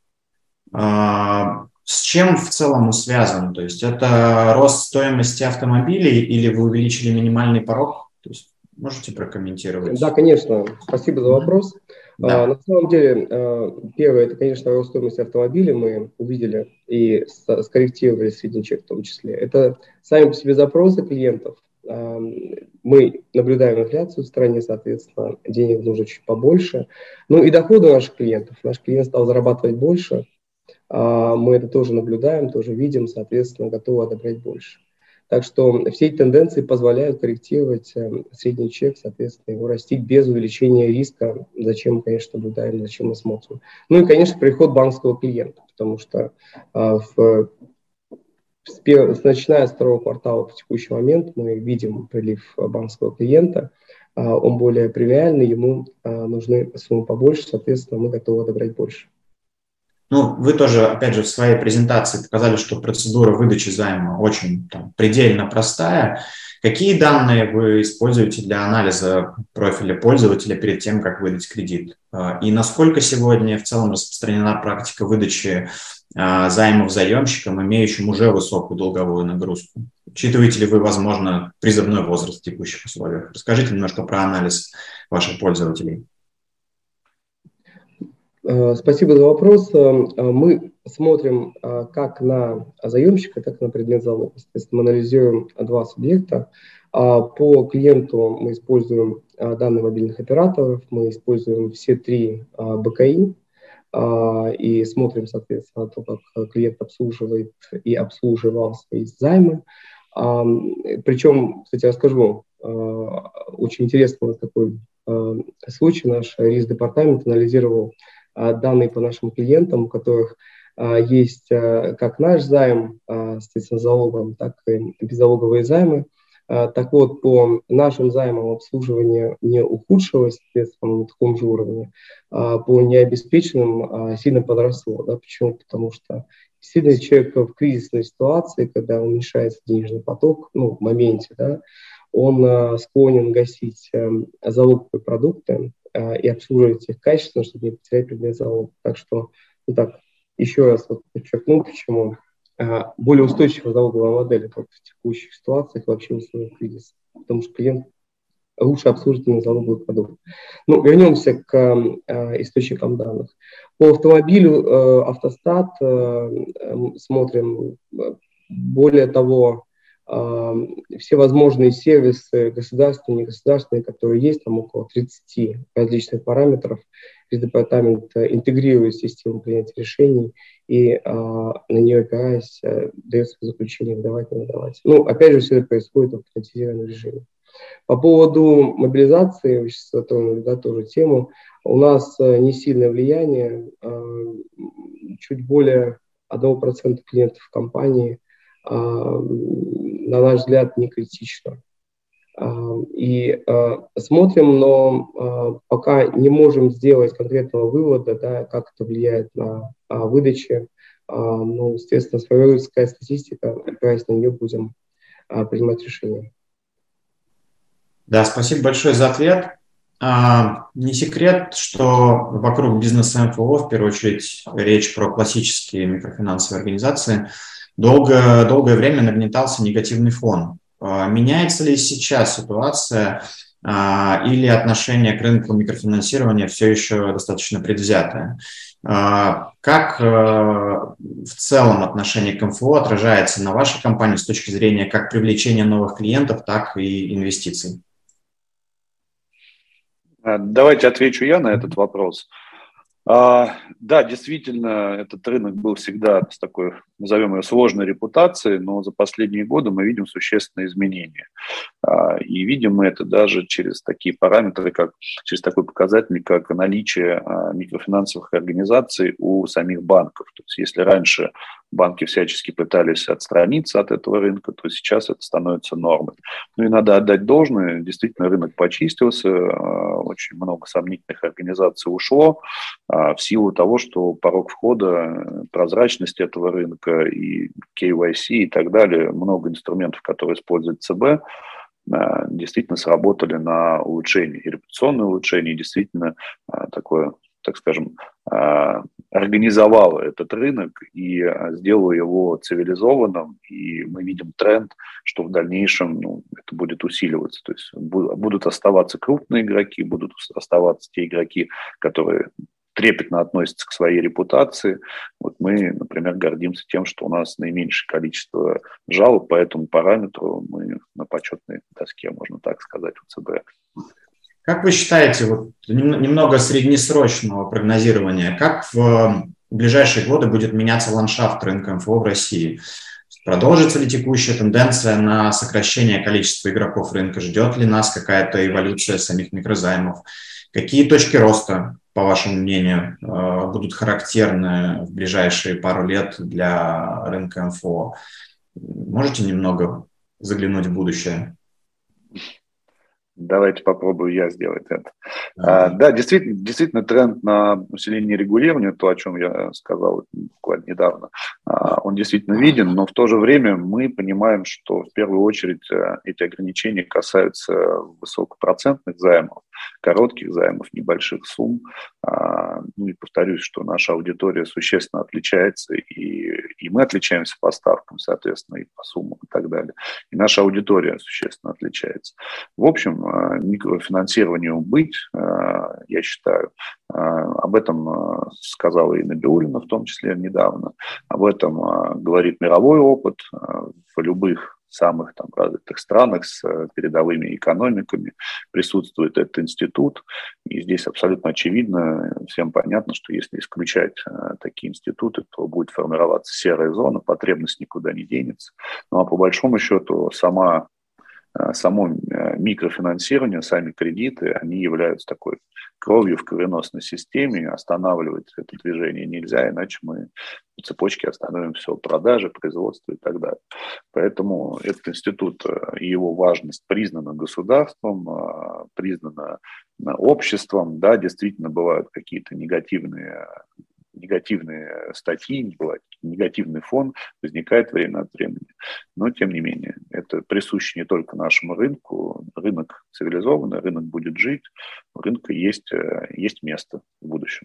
С чем в целом он связан? То есть это рост стоимости автомобилей или вы увеличили минимальный порог? То есть можете прокомментировать? Да, конечно. Спасибо за вопрос. Да. На самом деле, первое, это, конечно, рост стоимости автомобилей мы увидели и скорректировали средний чек в том числе. Это сами по себе запросы клиентов. Мы наблюдаем инфляцию в стране, соответственно, денег нужно чуть побольше. Ну и доходы наших клиентов. Наш клиент стал зарабатывать больше. Мы это тоже наблюдаем, тоже видим, соответственно, готовы одобрять больше. Так что все эти тенденции позволяют корректировать средний чек, соответственно, его растить без увеличения риска, зачем мы, конечно, наблюдаем, зачем мы смотрим. Ну и, конечно, приход банковского клиента, потому что начиная с второго квартала по текущий момент мы видим прилив банковского клиента, он более премиальный, ему нужны суммы побольше, соответственно, мы готовы одобрять больше. Ну, вы тоже, опять же, в своей презентации показали, что процедура выдачи займа очень предельно простая. Какие данные вы используете для анализа профиля пользователя перед тем, как выдать кредит? И насколько сегодня в целом распространена практика выдачи займов заемщикам, имеющим уже высокую долговую нагрузку? Учитываете ли вы, возможно, призывной возраст в текущих условиях? Расскажите немножко про анализ ваших пользователей. Спасибо за вопрос. Мы смотрим как на заемщика, так и на предмет залога. Соответственно, мы анализируем два субъекта. По клиенту мы используем данные мобильных операторов, мы используем все три БКИ и смотрим, соответственно, то, как клиент обслуживает и обслуживал свои займы. Причем, кстати, расскажу, очень интересный такой случай. Наш риск-департамент анализировал данные по нашим клиентам, у которых есть как наш займ, соответственно, залогом, так и беззалоговые займы. Так вот, по нашим займам обслуживание не ухудшилось, соответственно, на таком же уровне. По необеспеченным сильно подросло. Да? Почему? Потому что действительно человек в кризисной ситуации, когда уменьшается денежный поток, в моменте, да, он склонен гасить залоговые продукты и обслуживать их качественно, чтобы не потерять предмет залога. Так что, еще раз подчеркну, почему более устойчивая залоговая модель в текущих ситуациях вообще в условиях кризиса, потому что клиент лучше обслужит именно залоговый продукт. Вернемся к источникам данных. По автомобилю автостат смотрим, более того, все возможные сервисы, государственные, негосударственные, которые есть, там около 30 различных параметров. Департамент интегрирует систему принятия решений и на нее опираясь дает свое заключение, выдавать, не выдавать. Опять же, все это происходит в автоматизированном режиме. По поводу мобилизации, вы сейчас затронули, тоже тему, у нас не сильное влияние, чуть более 1% клиентов компании, на наш взгляд, не критично. И смотрим, но пока не можем сделать конкретного вывода, как это влияет на выдачи. Естественно, сформируется такая статистика, опираясь на нее, будем принимать решения. Да, спасибо большое за ответ. Не секрет, что вокруг бизнеса МФО, в первую очередь, речь про классические микрофинансовые организации, долгое время нагнетался негативный фон. Меняется ли сейчас ситуация или отношение к рынку микрофинансирования все еще достаточно предвзятое? Как в целом отношение к МФО отражается на вашей компании с точки зрения как привлечения новых клиентов, так и инвестиций? Давайте отвечу я на этот вопрос. Да, действительно, этот рынок был всегда с такой, назовем ее, сложной репутацией, но за последние годы мы видим существенные изменения. И видим мы это даже через такие параметры, через такой показатель, как наличие микрофинансовых организаций у самих банков. То есть если раньше банки всячески пытались отстраниться от этого рынка, то сейчас это становится нормой. И надо отдать должное, действительно рынок почистился, очень много сомнительных организаций ушло в силу того, что порог входа, прозрачность этого рынка и KYC и так далее, много инструментов, которые использует ЦБ, действительно сработали на улучшение, и репутационное улучшение, и действительно такое, так скажем, организовало этот рынок и сделало его цивилизованным, и мы видим тренд, что в дальнейшем это будет усиливаться. То есть будут оставаться крупные игроки, будут оставаться те игроки, которые трепетно относятся к своей репутации. Вот мы, например, гордимся тем, что у нас наименьшее количество жалоб по этому параметру. Мы на почетной доске, можно так сказать, у ЦБ. Как вы считаете, немного среднесрочного прогнозирования, как в ближайшие годы будет меняться ландшафт рынка МФО в России? Продолжится ли текущая тенденция на сокращение количества игроков рынка? Ждет ли нас какая-то эволюция самих микрозаймов? Какие точки роста, по вашему мнению, будут характерны в ближайшие пару лет для рынка МФО? Можете немного заглянуть в будущее? Давайте попробую я сделать это. Да, действительно тренд на усиление регулирования, то, о чем я сказал буквально недавно, он действительно виден, но в то же время мы понимаем, что в первую очередь эти ограничения касаются высокопроцентных займов, коротких займов, небольших сумм. Ну и повторюсь, что наша аудитория существенно отличается, и мы отличаемся по ставкам, соответственно, и по суммам и так далее. И наша аудитория существенно отличается. В общем, микрофинансированию быть, я считаю, об этом сказала и Набиуллина, в том числе недавно, об этом говорит мировой опыт в любых самых там развитых странах с передовыми экономиками присутствует этот институт, и здесь абсолютно очевидно, всем понятно, что если исключать такие институты, то будет формироваться серая зона, потребность никуда не денется. Ну а по большому счету само микрофинансирование, сами кредиты, они являются такой кровью в кровеносной системе, останавливать это движение нельзя, иначе мы по цепочке остановим все, продажи, производство и так далее. Поэтому этот институт и его важность признана государством, признана обществом. Да, действительно бывают какие-то негативные статьи, бывает негативный фон, возникает время от времени. Но, тем не менее, это присуще не только нашему рынку. Рынок цивилизованный, рынок будет жить, у рынка есть место в будущем.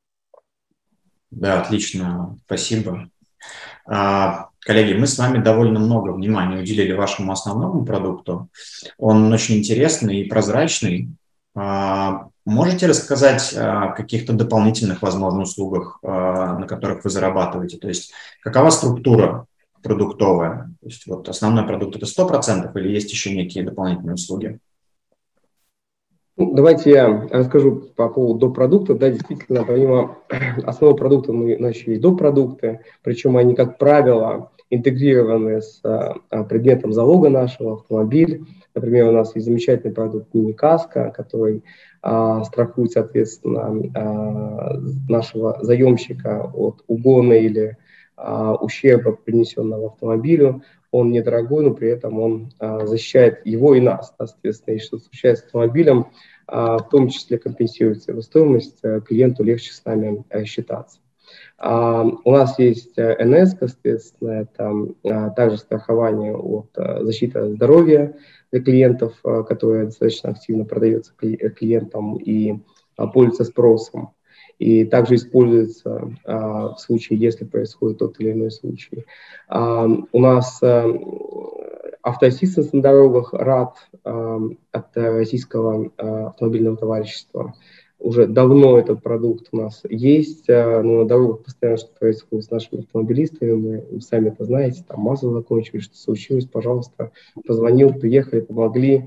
Да, отлично, спасибо. Коллеги, мы с вами довольно много внимания уделили вашему основному продукту. Он очень интересный и прозрачный. Можете рассказать о каких-то дополнительных, возможно, услугах, на которых вы зарабатываете? То есть какова структура продуктовая? То есть вот основной продукт – это 100% или есть еще некие дополнительные услуги? Ну, давайте я расскажу по поводу допродуктов. Да, действительно, помимо основного продукта у нас еще есть допродукты, причем они, как правило, интегрированы с предметом залога нашего, автомобиль. Например, у нас есть замечательный продукт мини-каска, который страхует, соответственно, нашего заемщика от угона или ущерба, принесенного автомобилю. Он недорогой, но при этом он защищает его и нас. Соответственно, если что-то случается с автомобилем, в том числе компенсируется его стоимость, клиенту легче с нами считаться. У нас есть НС, соответственно, это также страхование от защиты здоровья для клиентов, которое достаточно активно продается клиентам и пользуется спросом. И также используется в случае, если происходит тот или иной случай. У нас автоассистенс на дорогах РАД от Российского автомобильного товарищества. Уже давно этот продукт у нас есть, но на дорогах постоянно что происходит с нашими автомобилистами, вы сами это знаете, там масло закончилось, что случилось, пожалуйста, позвонил, приехали, помогли.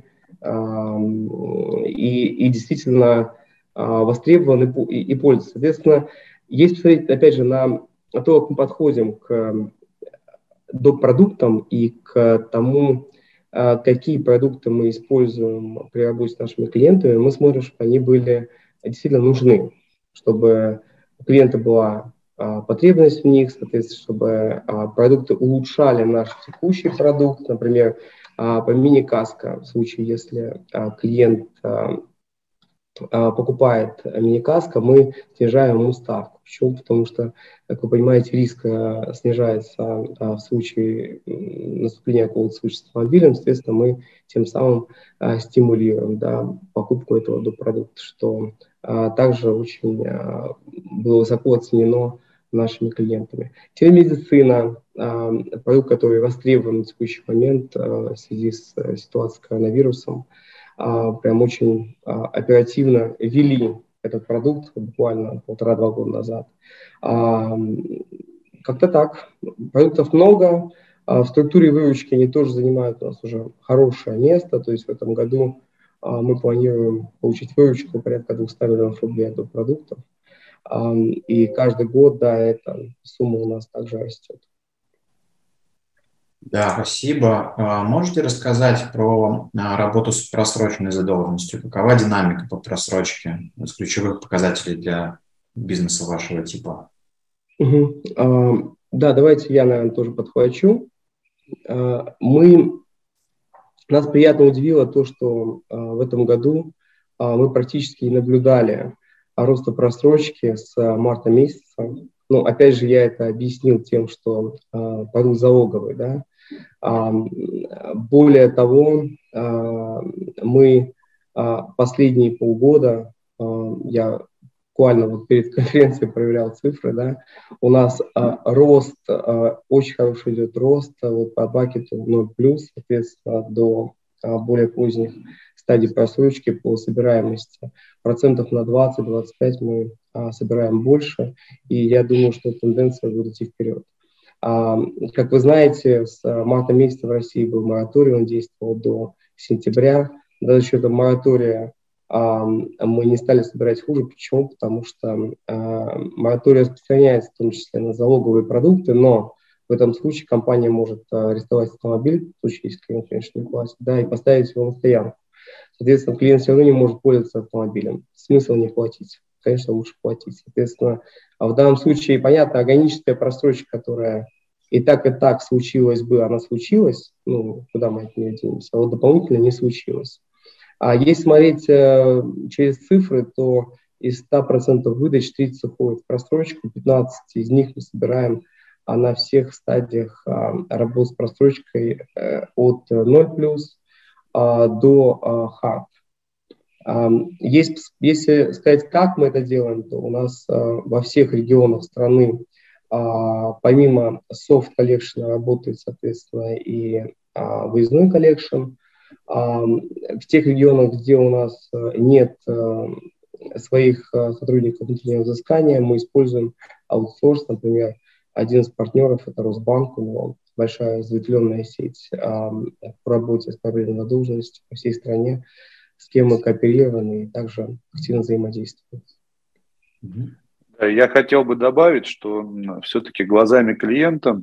И действительно востребован и пользуется. Соответственно, если посмотреть, опять же, на то, как мы подходим к допродуктам и к тому, какие продукты мы используем при работе с нашими клиентами, мы смотрим, чтобы они были действительно нужны, чтобы у клиента была потребность в них, соответственно, чтобы продукты улучшали наш текущий продукт. Например, по мини-каско, в случае, если клиент покупает мини-каско, мы снижаем ему ставку. Почему? Потому что, как вы понимаете, риск снижается в случае наступления какого-то случая с автомобилем. Соответственно, мы тем самым стимулируем покупку этого допродукта, что также очень было высоко оценено нашими клиентами. Телемедицина, продукт, который востребован на текущий момент в связи с ситуацией с коронавирусом, прям очень оперативно ввели этот продукт буквально 1,5-2 года назад. Как-то так. Продуктов много. В структуре выручки они тоже занимают у нас уже хорошее место. То есть в этом году мы планируем получить выручку порядка 200 миллионов рублей от продуктов. И каждый год, эта сумма у нас также растет. Да, спасибо. Можете рассказать про работу с просроченной задолженностью? Какова динамика по просрочке из ключевых показателей для бизнеса вашего типа? Да, давайте я, наверное, тоже подхвачу. Мы Нас приятно удивило то, что в этом году мы практически не наблюдали роста просрочки с марта месяца. Ну, опять же, я это объяснил тем, что продукт залоговый, да. Более того, мы последние полгода, я буквально вот перед конференцией проверял цифры, да, у нас рост, очень хороший идет рост вот по бакету 0+, соответственно, до более поздних стадий просрочки по собираемости. Процентов на 20-25 мы собираем больше, и я думаю, что тенденция будет идти вперед. Как вы знаете, с марта месяца в России был мораторий, он действовал до сентября. За счет этого моратория мы не стали собирать хуже. Почему? Потому что мораторий распространяется в том числе на залоговые продукты, но в этом случае компания может арестовать автомобиль, в случае, если клиент, конечно, не платит, да, и поставить его на стоянку. Соответственно, клиент все равно не может пользоваться автомобилем. Смысл не платить. Конечно, лучше платить. Соответственно, в данном случае, понятно, органическая просрочка, которая и так случилась бы, она случилась, ну, куда мы от нее денемся, а вот дополнительно не случилось. А если смотреть через цифры, то из 100% выдач 30 уходит в просрочку, 15 из них мы собираем на всех стадиях работы с просрочкой от 0+ до hard. Если сказать, как мы это делаем, то у нас во всех регионах страны помимо soft collection работает, соответственно, и выездной collection. В тех регионах, где у нас нет своих сотрудников внутреннего взыскания, мы используем аутсорс. Например, один из партнеров – это Росбанк, у него большая разветвленная сеть по работе с проблемной задолженностью по всей стране, с кем мы кооперируем и также активно взаимодействуем. Я хотел бы добавить, что все-таки глазами клиента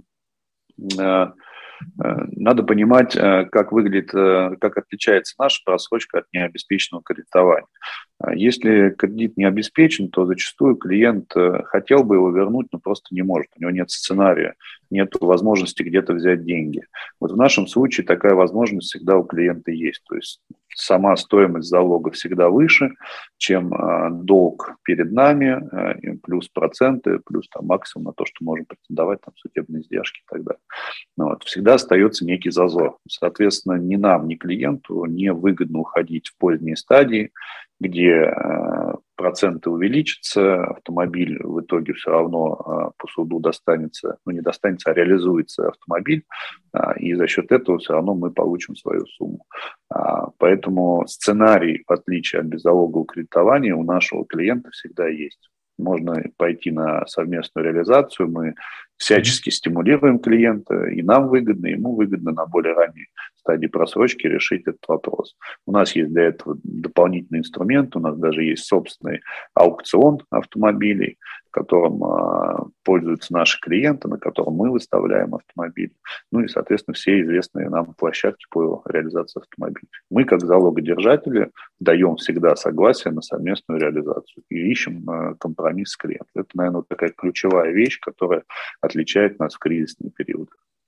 надо понимать, как выглядит, как отличается наша просрочка от необеспеченного кредитования. Если кредит не обеспечен, то зачастую клиент хотел бы его вернуть, но просто не может. У него нет сценария, нет возможности где-то взять деньги. Вот в нашем случае такая возможность всегда у клиента есть. То есть сама стоимость залога всегда выше, чем долг перед нами, плюс проценты, плюс там максимум на то, что можем претендовать, там судебные издержки и так далее. Вот. Всегда остается некий зазор. Соответственно, ни нам, ни клиенту не выгодно уходить в поздние стадии, где проценты увеличатся, автомобиль в итоге все равно по суду достанется, ну не достанется, а реализуется автомобиль, и за счет этого все равно мы получим свою сумму. Поэтому сценарий, в отличие от беззалогового кредитования, у нашего клиента всегда есть. Можно пойти на совместную реализацию, мы всячески стимулируем клиента, и нам выгодно, и ему выгодно на более ранней стадии просрочки решить этот вопрос. У нас есть для этого дополнительный инструмент, у нас даже есть собственный аукцион автомобилей, которым пользуются наши клиенты, на котором мы выставляем автомобиль. Ну и, соответственно, все известные нам площадки по реализации автомобилей. Мы, как залогодержатели, даем всегда согласие на совместную реализацию и ищем компромисс с клиентом. Это, наверное, такая ключевая вещь, которая отличает нас в кризисный период.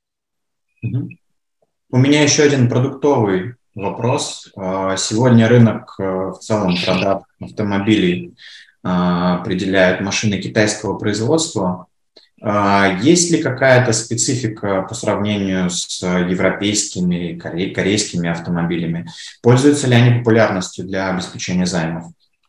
У меня еще один продуктовый вопрос. Сегодня рынок в целом продаж автомобилей определяют машины китайского производства. Есть ли какая-то специфика по сравнению с европейскими, корейскими автомобилями? Пользуются ли они популярностью для обеспечения займов?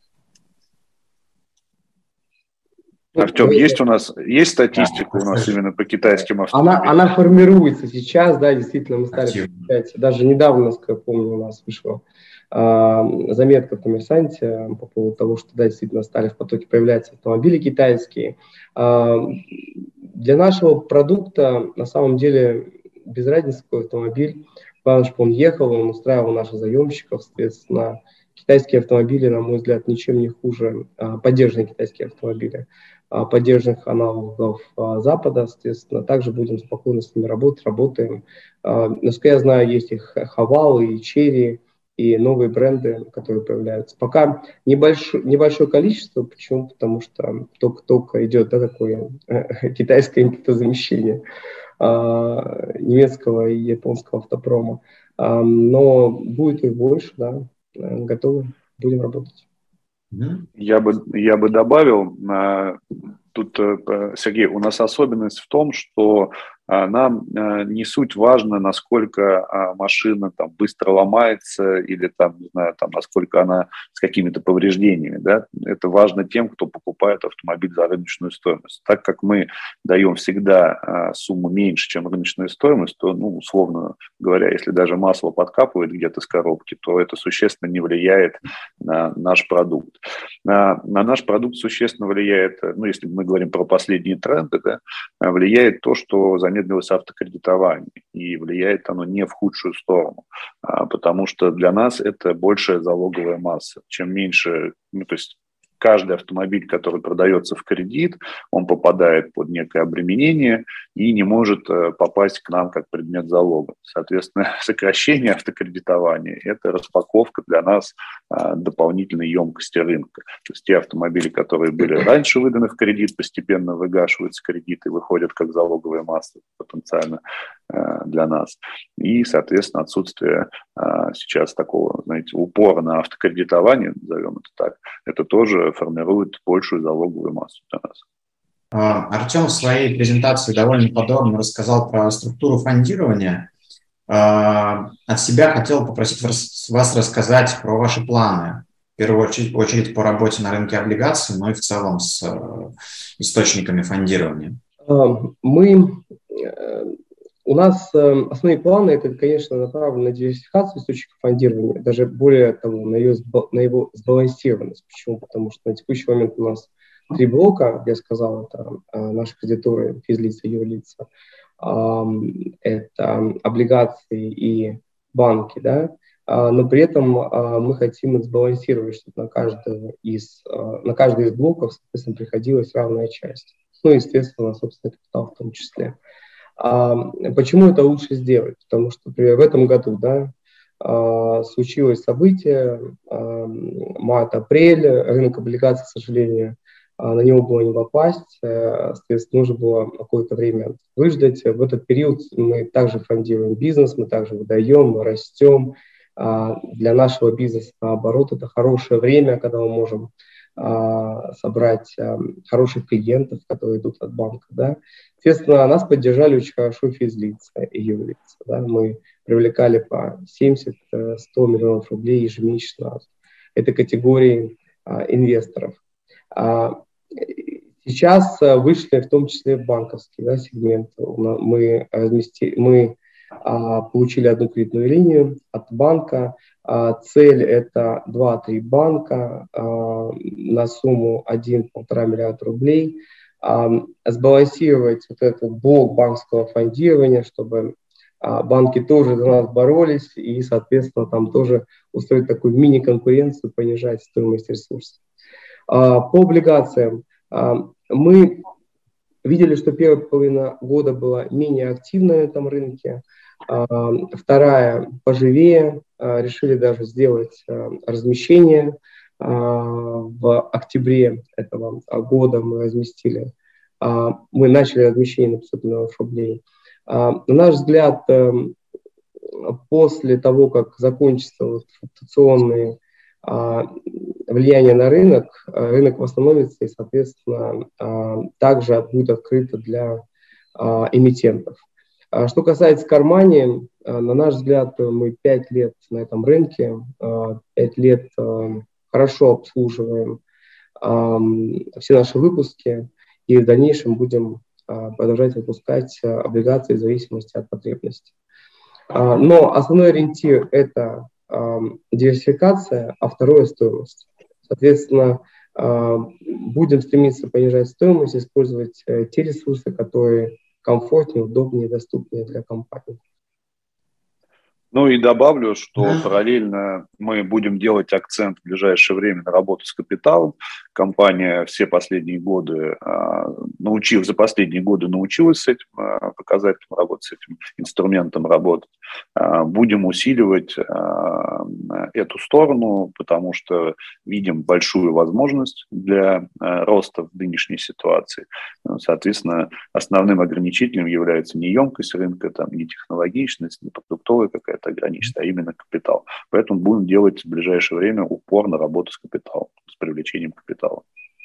Артем, есть статистика у нас именно по китайским автомобилям? Она формируется сейчас, да, действительно, мы стали встречать. Даже недавно, насколько я помню, у нас вышла заметка в «Коммерсанте» по поводу того, что, да, действительно, стали в потоке появляться автомобили китайские. Для нашего продукта, на самом деле, без разницы, какой автомобиль. Главное, чтобы он ехал, он устраивал наших заемщиков, соответственно. Китайские автомобили, на мой взгляд, ничем не хуже поддержанные китайские автомобили, поддержанных аналогов Запада, соответственно. Также будем спокойно с ними работать, работаем. Насколько я знаю, есть и Хавал, и Черри, и новые бренды, которые появляются. Пока небольшое количество. Почему? Потому что только идет, да, такое китайское импортозамещение немецкого и японского автопрома. но будет и больше, да, готовы, будем работать. Я бы добавил, тут, Сергей, у нас особенность в том, что нам не суть важно, насколько машина там быстро ломается или там, не знаю, там, насколько она с какими-то повреждениями. Да? Это важно тем, кто покупает автомобиль за рыночную стоимость. Так как мы даем всегда сумму меньше, чем рыночная стоимость, то, ну, условно говоря, если даже масло подкапывает где-то с коробки, то это существенно не влияет на наш продукт. На наш продукт существенно влияет, ну, если мы говорим про последние тренды, да, влияет то, что замедлилось автокредитование, и влияет оно не в худшую сторону, потому что для нас это большая залоговая масса. Чем меньше, ну, то есть каждый автомобиль, который продается в кредит, он попадает под некое обременение и не может попасть к нам как предмет залога. Соответственно, сокращение автокредитования – это распаковка для нас дополнительной емкости рынка. То есть те автомобили, которые были раньше выданы в кредит, постепенно выгашиваются кредиты и выходят как залоговая масса потенциально для нас. И, соответственно, отсутствие сейчас такого, знаете, упора на автокредитование, назовем это так, это тоже формирует большую залоговую массу для нас. Артем в своей презентации довольно подробно рассказал про структуру фондирования. От себя хотел попросить вас рассказать про ваши планы. В первую очередь по работе на рынке облигаций, но и в целом с источниками фондирования. У нас основные планы, это, конечно, направлены на диверсификацию источников фондирования, даже более того, на его сбалансированность. Почему? Потому что на текущий момент у нас 3 блока, я сказал, это наши кредиторы, физлица, юрлица, это облигации и банки, да, но при этом мы хотим сбалансировать, чтобы на каждый из блоков, соответственно, приходилась равная часть. Ну, естественно, собственный капитал в том числе. Почему это лучше сделать? Потому что, например, в этом году, да, случилось событие, март-апрель, рынок облигаций, к сожалению, на него было не попасть, соответственно, нужно было какое-то время выждать. В этот период мы также фондируем бизнес, мы также выдаем, мы растем. Для нашего бизнеса, наоборот, это хорошее время, когда мы можем собрать хороших клиентов, которые идут от банка. Да. Естественно, нас поддержали очень хорошо физлица и юрлица. Да. Мы привлекали по 70-100 миллионов рублей ежемесячно от этой категории инвесторов. Сейчас вышли в том числе в банковский, да, сегмент. Мы получили одну кредитную линию от банка. Цель – это 2-3 банка на сумму 1-1,5 миллиарда рублей. Сбалансировать вот этот блок банковского фондирования, чтобы банки тоже за нас боролись и, соответственно, там тоже устроить такую мини-конкуренцию, понижать стоимость ресурсов. По облигациям мы видели, что первая половина года была менее активна на этом рынке, вторая поживее, решили даже сделать размещение. В октябре этого года мы начали размещение на 500 миллионов рублей. На наш взгляд, после того, как закончатся флуктуационные влияние на рынок, рынок восстановится и, соответственно, также будет открыто для эмитентов. Что касается Кармани, на наш взгляд, мы 5 лет на этом рынке, 5 лет хорошо обслуживаем все наши выпуски и в дальнейшем будем продолжать выпускать облигации в зависимости от потребностей. Но основной ориентир – это диверсификация, а второе – стоимость. Соответственно, будем стремиться понижать стоимость, использовать те ресурсы, которые комфортнее, удобнее, доступнее для компании. Ну и добавлю, что параллельно мы будем делать акцент в ближайшее время на работу с капиталом. Компания за последние годы научилась с этим, показателем работать, с этим инструментом работать. Будем усиливать эту сторону, потому что видим большую возможность для роста в нынешней ситуации. Соответственно, основным ограничителем является не емкость рынка, там, не технологичность, не продуктовая какая-то ограниченность, а именно капитал. Поэтому будем делать в ближайшее время упор на работу с капиталом, с привлечением капитала.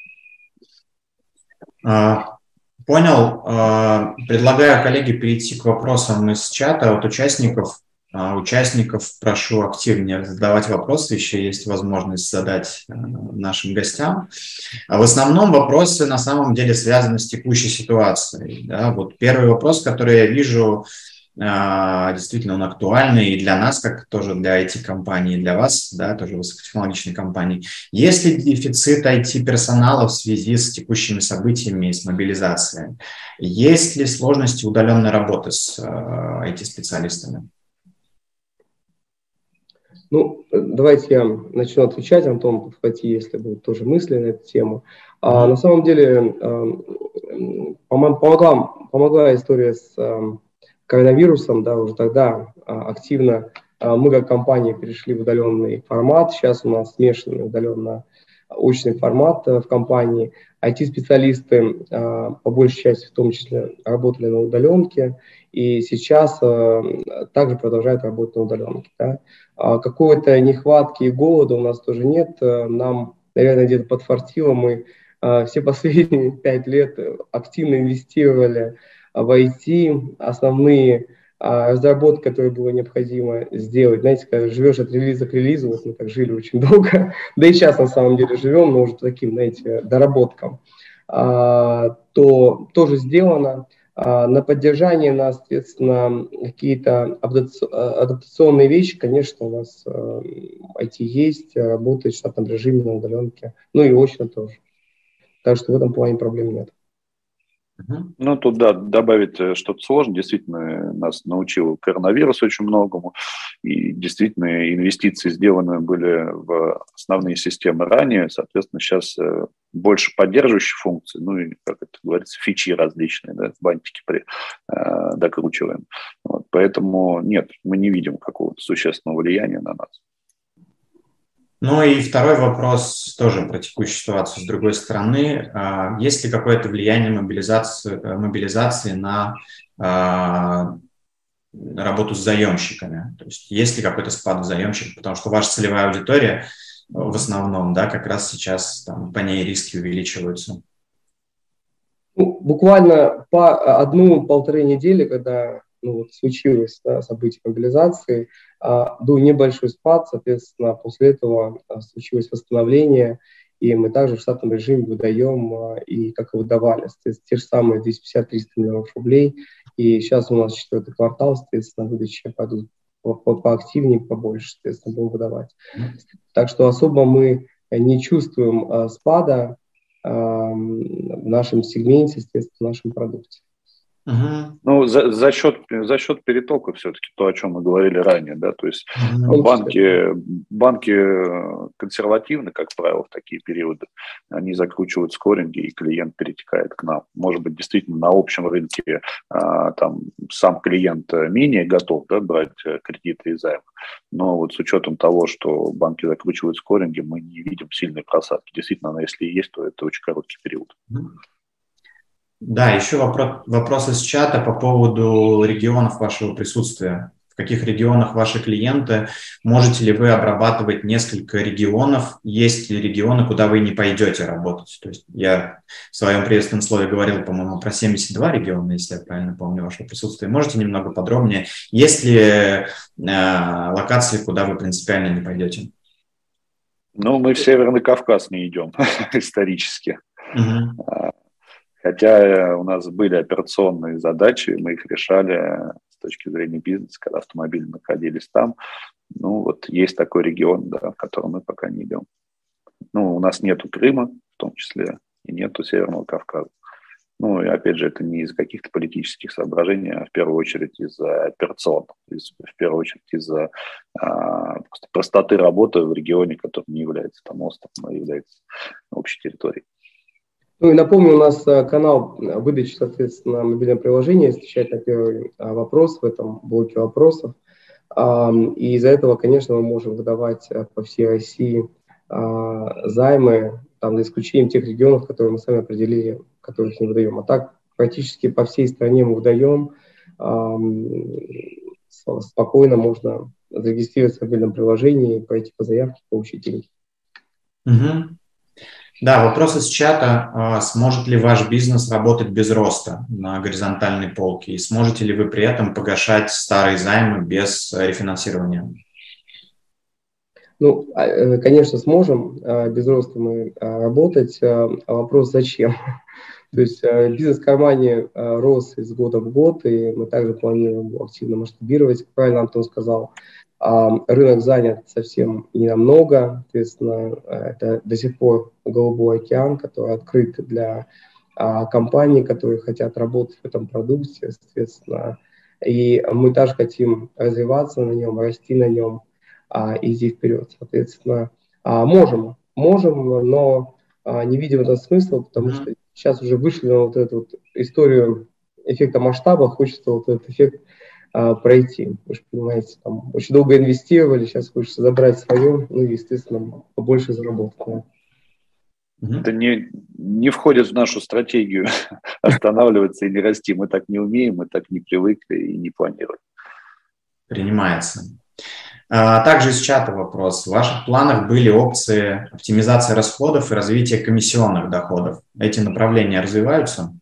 Понял. Предлагаю, коллеги, перейти к вопросам из чата от участников. Участников прошу активнее задавать вопросы, еще есть возможность задать нашим гостям. В основном вопросы на самом деле связаны с текущей ситуацией. Да? Вот первый вопрос, который я вижу, действительно он актуальный и для нас, как тоже для IT-компаний, и для вас, да, тоже высокотехнологичной компании. Есть ли дефицит IT-персонала в связи с текущими событиями и с мобилизацией? Есть ли сложности удаленной работы с IT-специалистами? Ну, давайте я начну отвечать, Антон, подхвати, если будут тоже мысли на эту тему. На самом деле помогла история с коронавирусом, да, уже тогда активно мы как компания перешли в удаленный формат. Сейчас у нас смешанный удаленно-очный формат в компании. IT-специалисты по большей части в том числе работали на удаленке и сейчас также продолжают работать на удаленке. Да. Какой-то нехватки и голода у нас тоже нет. Нам, наверное, где-то подфартило. Мы все последние 5 лет активно инвестировали в IT, основные разработки, которые было необходимо сделать. Знаете, когда живешь от релиза к релизу, вот мы так жили очень долго, да и сейчас на самом деле живем, но уже таким, знаете, доработкам, то тоже сделано. На поддержание нас, соответственно, какие-то адаптационные вещи, конечно, у нас IT есть, работает в штатном режиме на удаленке, ну и очно тоже. Так что в этом плане проблем нет. Ну, тут, да, добавить что-то сложно. Действительно, нас научил коронавирус очень многому. И действительно, инвестиции сделаны были в основные системы ранее. Соответственно, сейчас больше поддерживающих функций, ну и, как это говорится, фичи различные, да, бантики докручиваем. Вот, поэтому нет, мы не видим какого-то существенного влияния на нас. Ну и второй вопрос тоже про текущую ситуацию с другой стороны. Есть ли какое-то влияние мобилизации на работу с заемщиками? То есть ли какой-то спад в заемщиках? Потому что ваша целевая аудитория в основном, да, как раз сейчас там, по ней риски увеличиваются. Ну, буквально по 1-1,5 недели, когда случилось событие мобилизации, был небольшой спад, соответственно, после этого случилось восстановление, и мы также в штатном режиме выдаем, и как и выдавали, те же самые 250-300 миллионов рублей, и сейчас у нас 4-й квартал, соответственно, выдачи пойдут поактивнее, побольше, соответственно, будем выдавать. Так что особо мы не чувствуем спада в нашем сегменте, естественно, в нашем продукте. Ну, за счет перетока все-таки то, о чем мы говорили ранее, да, то есть банки консервативны, как правило, в такие периоды, они закручивают скоринги, и клиент перетекает к нам. Может быть, действительно, на общем рынке там сам клиент менее готов, да, брать кредиты и займы, но вот с учетом того, что банки закручивают скоринги, мы не видим сильной просадки. Действительно, если и есть, то это очень короткий период. Да, еще вопрос из чата по поводу регионов вашего присутствия. В каких регионах ваши клиенты? Можете ли вы обрабатывать несколько регионов? Есть ли регионы, куда вы не пойдете работать? То есть я в своем приветственном слове говорил, по-моему, про 72 региона, если я правильно помню ваше присутствие. Можете немного подробнее? Есть ли локации, куда вы принципиально не пойдете? Ну, мы в Северный Кавказ не идем исторически. Хотя у нас были операционные задачи, мы их решали с точки зрения бизнеса, когда автомобили находились там. Ну, вот есть такой регион, да, в котором мы пока не идем. Ну, у нас нету Крыма, в том числе, и нету Северного Кавказа. Ну, и опять же, это не из каких-то политических соображений, а в первую очередь из-за операционных, в первую очередь из-за простоты работы в регионе, который не является там островом, а является общей территорией. Ну и напомню, у нас канал выдачи, соответственно, мобильного приложения, если отвечать на первый вопрос в этом блоке вопросов. И из-за этого, конечно, мы можем выдавать по всей России займы, там, за исключением тех регионов, которые мы сами определили, которых не выдаем. А так практически по всей стране мы выдаем. Спокойно можно зарегистрироваться в мобильном приложении, пройти по заявке, получить деньги. Угу. Да, вопрос из чата. Сможет ли ваш бизнес работать без роста на горизонтальной полке? И сможете ли вы при этом погашать старые займы без рефинансирования? Ну, конечно, сможем без роста мы работать. Вопрос зачем? То есть бизнес в кармане рос из года в год, и мы также планируем его активно масштабировать. Как правильно Антон сказал, рынок занят совсем ненамного, соответственно, это до сих пор голубой океан, который открыт для компаний, которые хотят работать в этом продукте, соответственно, и мы также хотим развиваться на нем, расти на нем, идти вперед, соответственно, можем, но не видим этого смысла, потому что сейчас уже вышли на вот эту вот историю эффекта масштаба, хочется вот этот эффект пройти. Вы же понимаете, там очень долго инвестировали, сейчас хочется забрать свое, ну и, естественно, побольше заработать. Да. Это не входит в нашу стратегию останавливаться или расти. Мы так не умеем, мы так не привыкли и не планируем. Принимается. Также из чата вопрос. В ваших планах были опции оптимизации расходов и развития комиссионных доходов. Эти направления развиваются?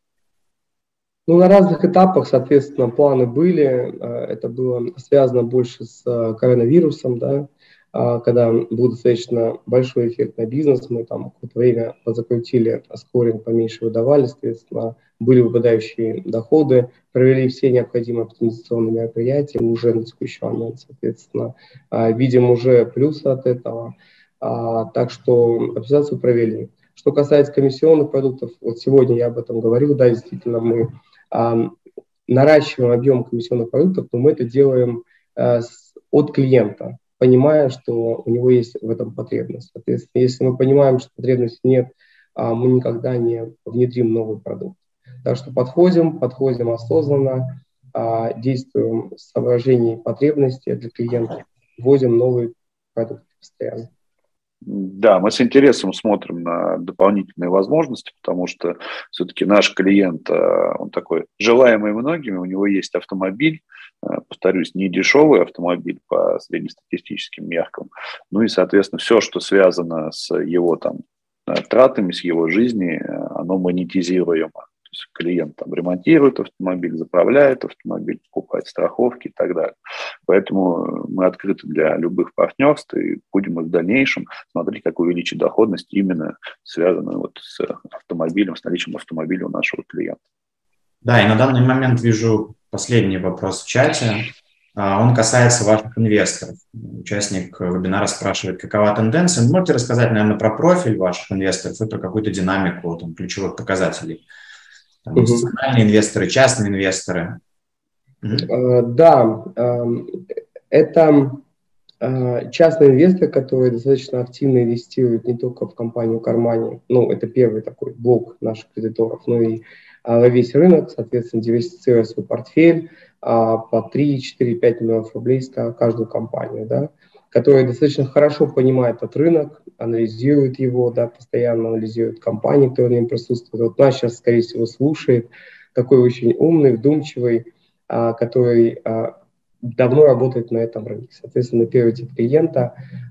Ну, на разных этапах, соответственно, планы были. Это было связано больше с коронавирусом, да, когда был достаточно большой эффект на бизнес. Мы там какое-то время закрутили скоринг, поменьше выдавали, соответственно, были выпадающие доходы, провели все необходимые оптимизационные мероприятия уже на текущий момент, соответственно, видим уже плюсы от этого. Так что оптимизацию провели. Что касается комиссионных продуктов, вот сегодня я об этом говорил, да, действительно, мы наращиваем объем комиссионных продуктов, но мы это делаем от клиента, понимая, что у него есть в этом потребность. Соответственно, если мы понимаем, что потребности нет, мы никогда не внедрим новый продукт. Так что подходим осознанно, действуем с соображений потребностей для клиента, вводим новые продукты постоянно. Да, мы с интересом смотрим на дополнительные возможности, потому что все-таки наш клиент, он такой желаемый многими, у него есть автомобиль, повторюсь, не дешевый автомобиль по среднестатистическим меркам, ну и, соответственно, все, что связано с его там тратами, с его жизнью, оно монетизируемо. То есть клиент там ремонтирует автомобиль, заправляет автомобиль, покупает страховки и так далее. Поэтому мы открыты для любых партнерств и будем в дальнейшем смотреть, как увеличить доходность именно связанную вот с автомобилем, с наличием автомобиля у нашего клиента. Да, и на данный момент вижу последний вопрос в чате. Он касается ваших инвесторов. Участник вебинара спрашивает, какова тенденция. Вы можете рассказать, наверное, про профиль ваших инвесторов и про какую-то динамику там, ключевых показателей? Там, институциональные инвесторы, частные инвесторы. Да, это частные инвесторы, которые достаточно активно инвестируют не только в компанию «Кармани», ну, это первый такой блок наших кредиторов, но и во весь рынок, соответственно, диверсифицируя свой портфель по 3, 4, 5 миллионов рублей в каждую компанию, да, которые достаточно хорошо понимают этот рынок, анализируют его, да, постоянно анализируют компании, которые в нем присутствуют. Вот нас сейчас, скорее всего, слушает такой очень умный, вдумчивый, который давно работает на этом рынке. Соответственно, первый тип клиента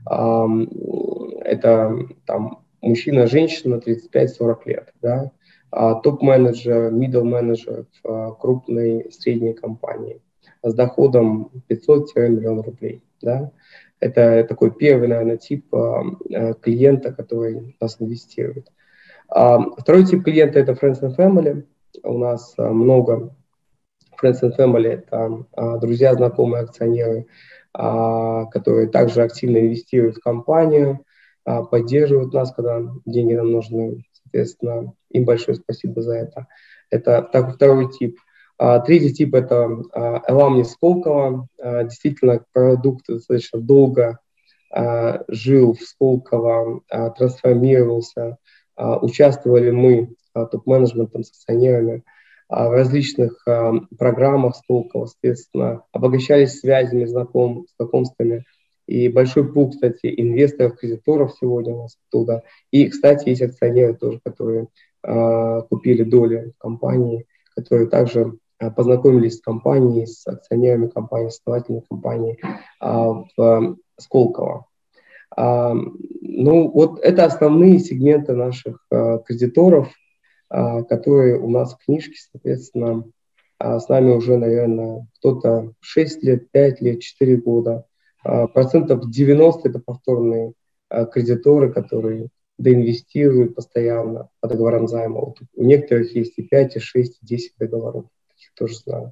это там мужчина, женщина 35-40 лет, да, топ-менеджер, middle-менеджер в крупной средней компании с доходом 500 миллионов рублей, да. Это такой первый, наверное, тип клиента, который нас инвестирует. Второй тип клиента – это Friends and Family. У нас много Friends and Family – это друзья, знакомые, акционеры, которые также активно инвестируют в компанию, поддерживают нас, когда деньги нам нужны. Соответственно, им большое спасибо за это. Это второй тип. Третий тип – это Alumni Сколково. Действительно, продукт достаточно долго жил в Сколково, трансформировался, Участвовали мы топ-менеджментом с акционерами в различных программах Сколково, соответственно, обогащались связями, знакомствами. И большой пул, кстати, инвесторов, кредиторов сегодня у нас оттуда. И, кстати, есть акционеры тоже, которые купили доли в компании, которые также познакомились с компанией, с акционерами компании, с основателями компании в Сколково. Ну, вот это основные сегменты наших кредиторов, которые у нас в книжке, соответственно, с нами уже, наверное, кто-то 6 лет, 5 лет, 4 года. Процентов 90 это повторные кредиторы, которые доинвестируют постоянно по договорам займа. Вот у некоторых есть и 5, и 6, и 10 договоров. Таких тоже знаю.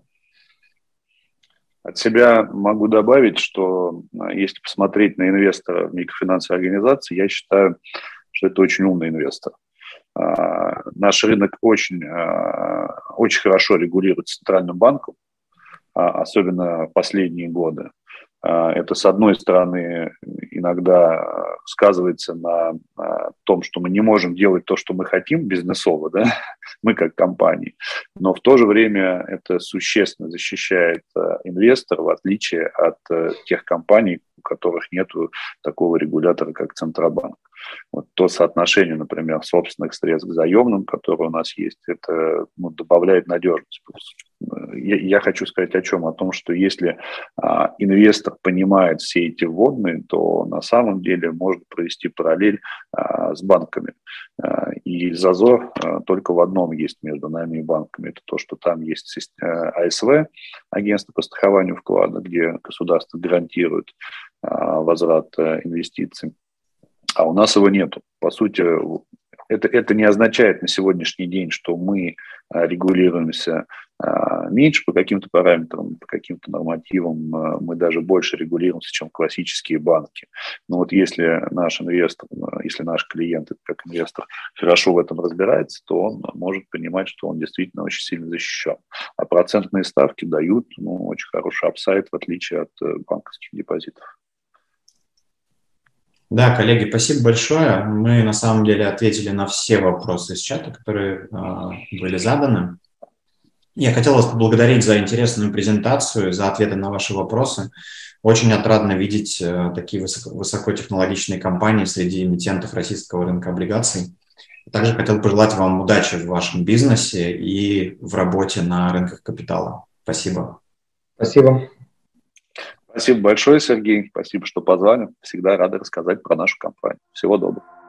От себя могу добавить, что если посмотреть на инвестора в микрофинансовой организации, я считаю, что это очень умный инвестор. Наш рынок очень хорошо регулируется Центральным банком, особенно последние годы. Это, с одной стороны, иногда сказывается на том, что мы не можем делать то, что мы хотим бизнесово, да? Мы как компании, но в то же время это существенно защищает инвестора, в отличие от тех компаний, у которых нет такого регулятора, как Центробанк. Вот то соотношение, например, собственных средств к заемным, которое у нас есть, это добавляет надежность. Я хочу сказать о чем? О том, что если инвестор понимает все эти вводные, то на самом деле можно провести параллель с банками. И зазор только в одном есть между нами и банками. Это то, что там есть АСВ, агентство по страхованию вклада, где государство гарантирует возврат инвестиций. А у нас его нету. По сути, это не означает на сегодняшний день, что мы регулируемся меньше по каким-то параметрам, по каким-то нормативам. Мы даже больше регулируемся, чем классические банки. Но вот если наш инвестор, если наш клиент, как инвестор, хорошо в этом разбирается, то он может понимать, что он действительно очень сильно защищен. А процентные ставки дают очень хороший апсайд, в отличие от банковских депозитов. Да, коллеги, спасибо большое. Мы на самом деле ответили на все вопросы из чата, которые были заданы. Я хотел вас поблагодарить за интересную презентацию, за ответы на ваши вопросы. Очень отрадно видеть такие высокотехнологичные компании среди эмитентов российского рынка облигаций. Также хотел пожелать вам удачи в вашем бизнесе и в работе на рынках капитала. Спасибо. Спасибо. Спасибо большое, Сергей. Спасибо, что позвали. Всегда рады рассказать про нашу компанию. Всего доброго.